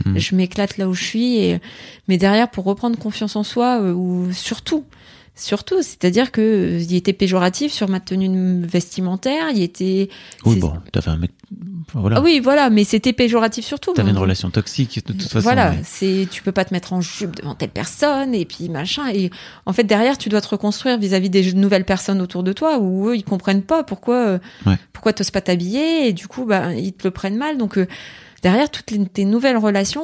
Je m'éclate là où je suis. Mais derrière, pour reprendre confiance en soi, ou surtout, c'est-à-dire que il était péjoratif sur ma tenue vestimentaire. T'avais un mec. Voilà. Ah oui, voilà, mais c'était péjoratif surtout. T'avais une relation toxique de toute façon. Voilà, tu peux pas te mettre en jupe devant telle personne et puis machin. Et en fait, derrière, tu dois te reconstruire vis-à-vis des nouvelles personnes autour de toi où eux, ils comprennent pas pourquoi t'oses pas t'habiller et du coup, ils te le prennent mal. Donc derrière toutes tes nouvelles relations,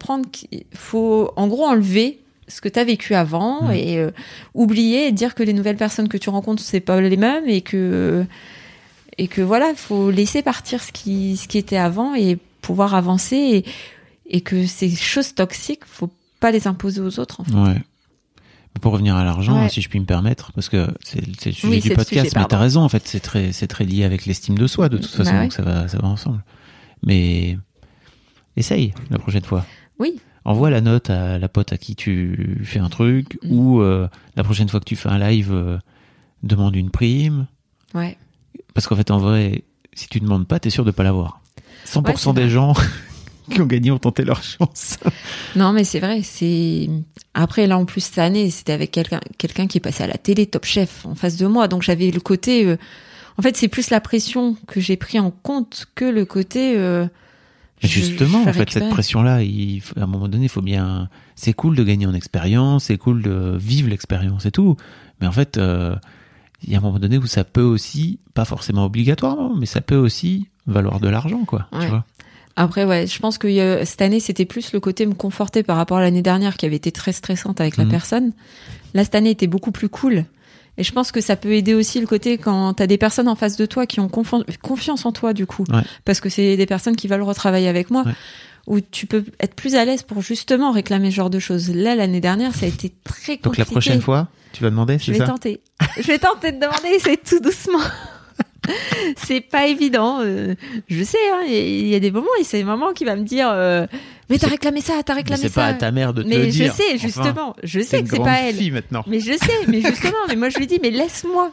faut en gros enlever ce que t'as vécu avant et oublier et dire que les nouvelles personnes que tu rencontres, c'est pas les mêmes et que voilà, faut laisser partir ce qui était avant et pouvoir avancer et que ces choses toxiques, faut pas les imposer aux autres, en fait. Ouais. Pour revenir à l'argent, si je puis me permettre, parce que c'est le sujet du podcast, mais t'as raison, en fait, c'est très lié avec l'estime de soi, de toute façon, donc ça va ensemble. Mais essaye la prochaine fois. Oui. Envoie la note à la pote à qui tu fais un truc, ou la prochaine fois que tu fais un live, demande une prime. Ouais. Parce qu'en fait, en vrai, si tu demandes pas, t'es sûr de pas l'avoir. 100% des gens qui ont gagné ont tenté leur chance. Non, mais c'est vrai. Après, là, en plus, cette année, c'était avec quelqu'un qui est passé à la télé, Top Chef, en face de moi. Donc, j'avais le côté... En fait, c'est plus la pression que j'ai pris en compte que le côté... Justement, en fait, cette pression-là, à un moment donné, il faut bien... C'est cool de gagner en expérience, c'est cool de vivre l'expérience et tout. Mais en fait... il y a un moment donné où ça peut aussi, pas forcément obligatoirement, mais ça peut aussi valoir de l'argent, quoi. Ouais. Tu vois. Après, je pense que cette année, c'était plus le côté me conforter par rapport à l'année dernière qui avait été très stressante avec la personne. Là, cette année était beaucoup plus cool. Et je pense que ça peut aider aussi le côté quand t'as des personnes en face de toi qui ont confiance en toi, du coup. Ouais. Parce que c'est des personnes qui veulent retravailler avec moi. Ouais. Où tu peux être plus à l'aise pour justement réclamer ce genre de choses. Là, l'année dernière, ça a été très compliqué. Donc la prochaine fois, tu vas demander, c'est ça ? Je vais tenter de demander, c'est tout doucement. C'est pas évident. Je sais, il y a des moments, et c'est maman qui va me dire mais t'as réclamé ça. C'est pas à ta mère de te le dire. Mais je sais, justement. Je sais que c'est pas elle. Fille maintenant. Mais je sais, mais justement. Mais moi, je lui dis, mais laisse-moi.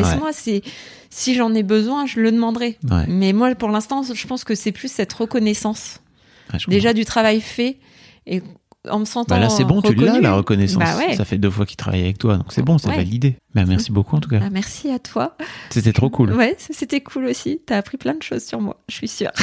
Si j'en ai besoin, je le demanderai. Ouais. Mais moi, pour l'instant, je pense que c'est plus cette reconnaissance. Déjà du travail fait et en me sentant là c'est bon, reconnue. Tu l'as la reconnaissance. Ça fait 2 fois qu'il travaille avec toi, donc c'est bon, c'est validé. Merci beaucoup en tout cas. Merci à toi. C'était trop cool. Ouais, c'était cool aussi. T'as appris plein de choses sur moi, je suis sûre.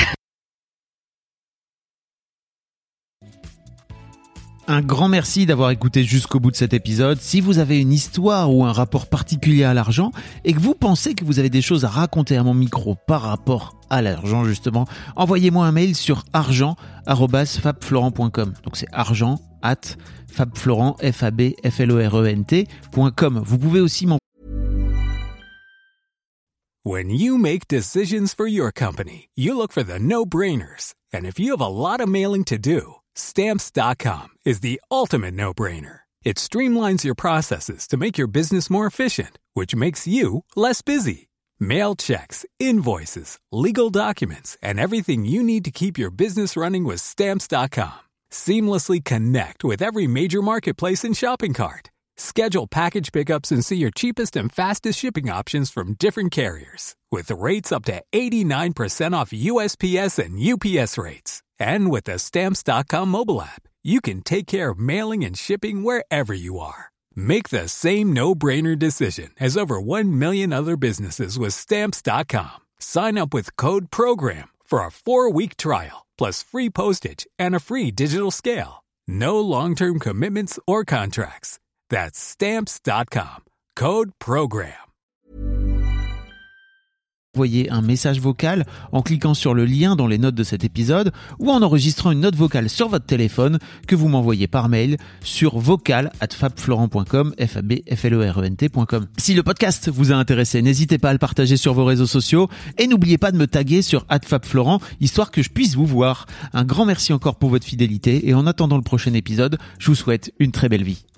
Un grand merci d'avoir écouté jusqu'au bout de cet épisode. Si vous avez une histoire ou un rapport particulier à l'argent et que vous pensez que vous avez des choses à raconter à mon micro par rapport à l'argent justement, envoyez-moi un mail sur argent@fabflorent.com. Donc c'est argent@fabflorent.com. Vous pouvez aussi m'envoyer. When you make decisions for your company, you look for the no-brainers. And if you have a lot of mailing to do, Stamps.com is the ultimate no-brainer. It streamlines your processes to make your business more efficient, which makes you less busy. Mail checks, invoices, legal documents, and everything you need to keep your business running with Stamps.com. Seamlessly connect with every major marketplace and shopping cart. Schedule package pickups and see your cheapest and fastest shipping options from different carriers. With rates up to 89% off USPS and UPS rates. And with the Stamps.com mobile app, you can take care of mailing and shipping wherever you are. Make the same no-brainer decision as over 1 million other businesses with Stamps.com. Sign up with code PROGRAM for a 4-week trial, plus free postage and a free digital scale. No long-term commitments or contracts. That's Stamps.com. Code PROGRAM. Envoyez un message vocal en cliquant sur le lien dans les notes de cet épisode ou en enregistrant une note vocale sur votre téléphone que vous m'envoyez par mail sur vocal@fabflorent.com, fabflorent.com. Si le podcast vous a intéressé, n'hésitez pas à le partager sur vos réseaux sociaux et n'oubliez pas de me taguer sur @fabflorent histoire que je puisse vous voir. Un grand merci encore pour votre fidélité et en attendant le prochain épisode, je vous souhaite une très belle vie.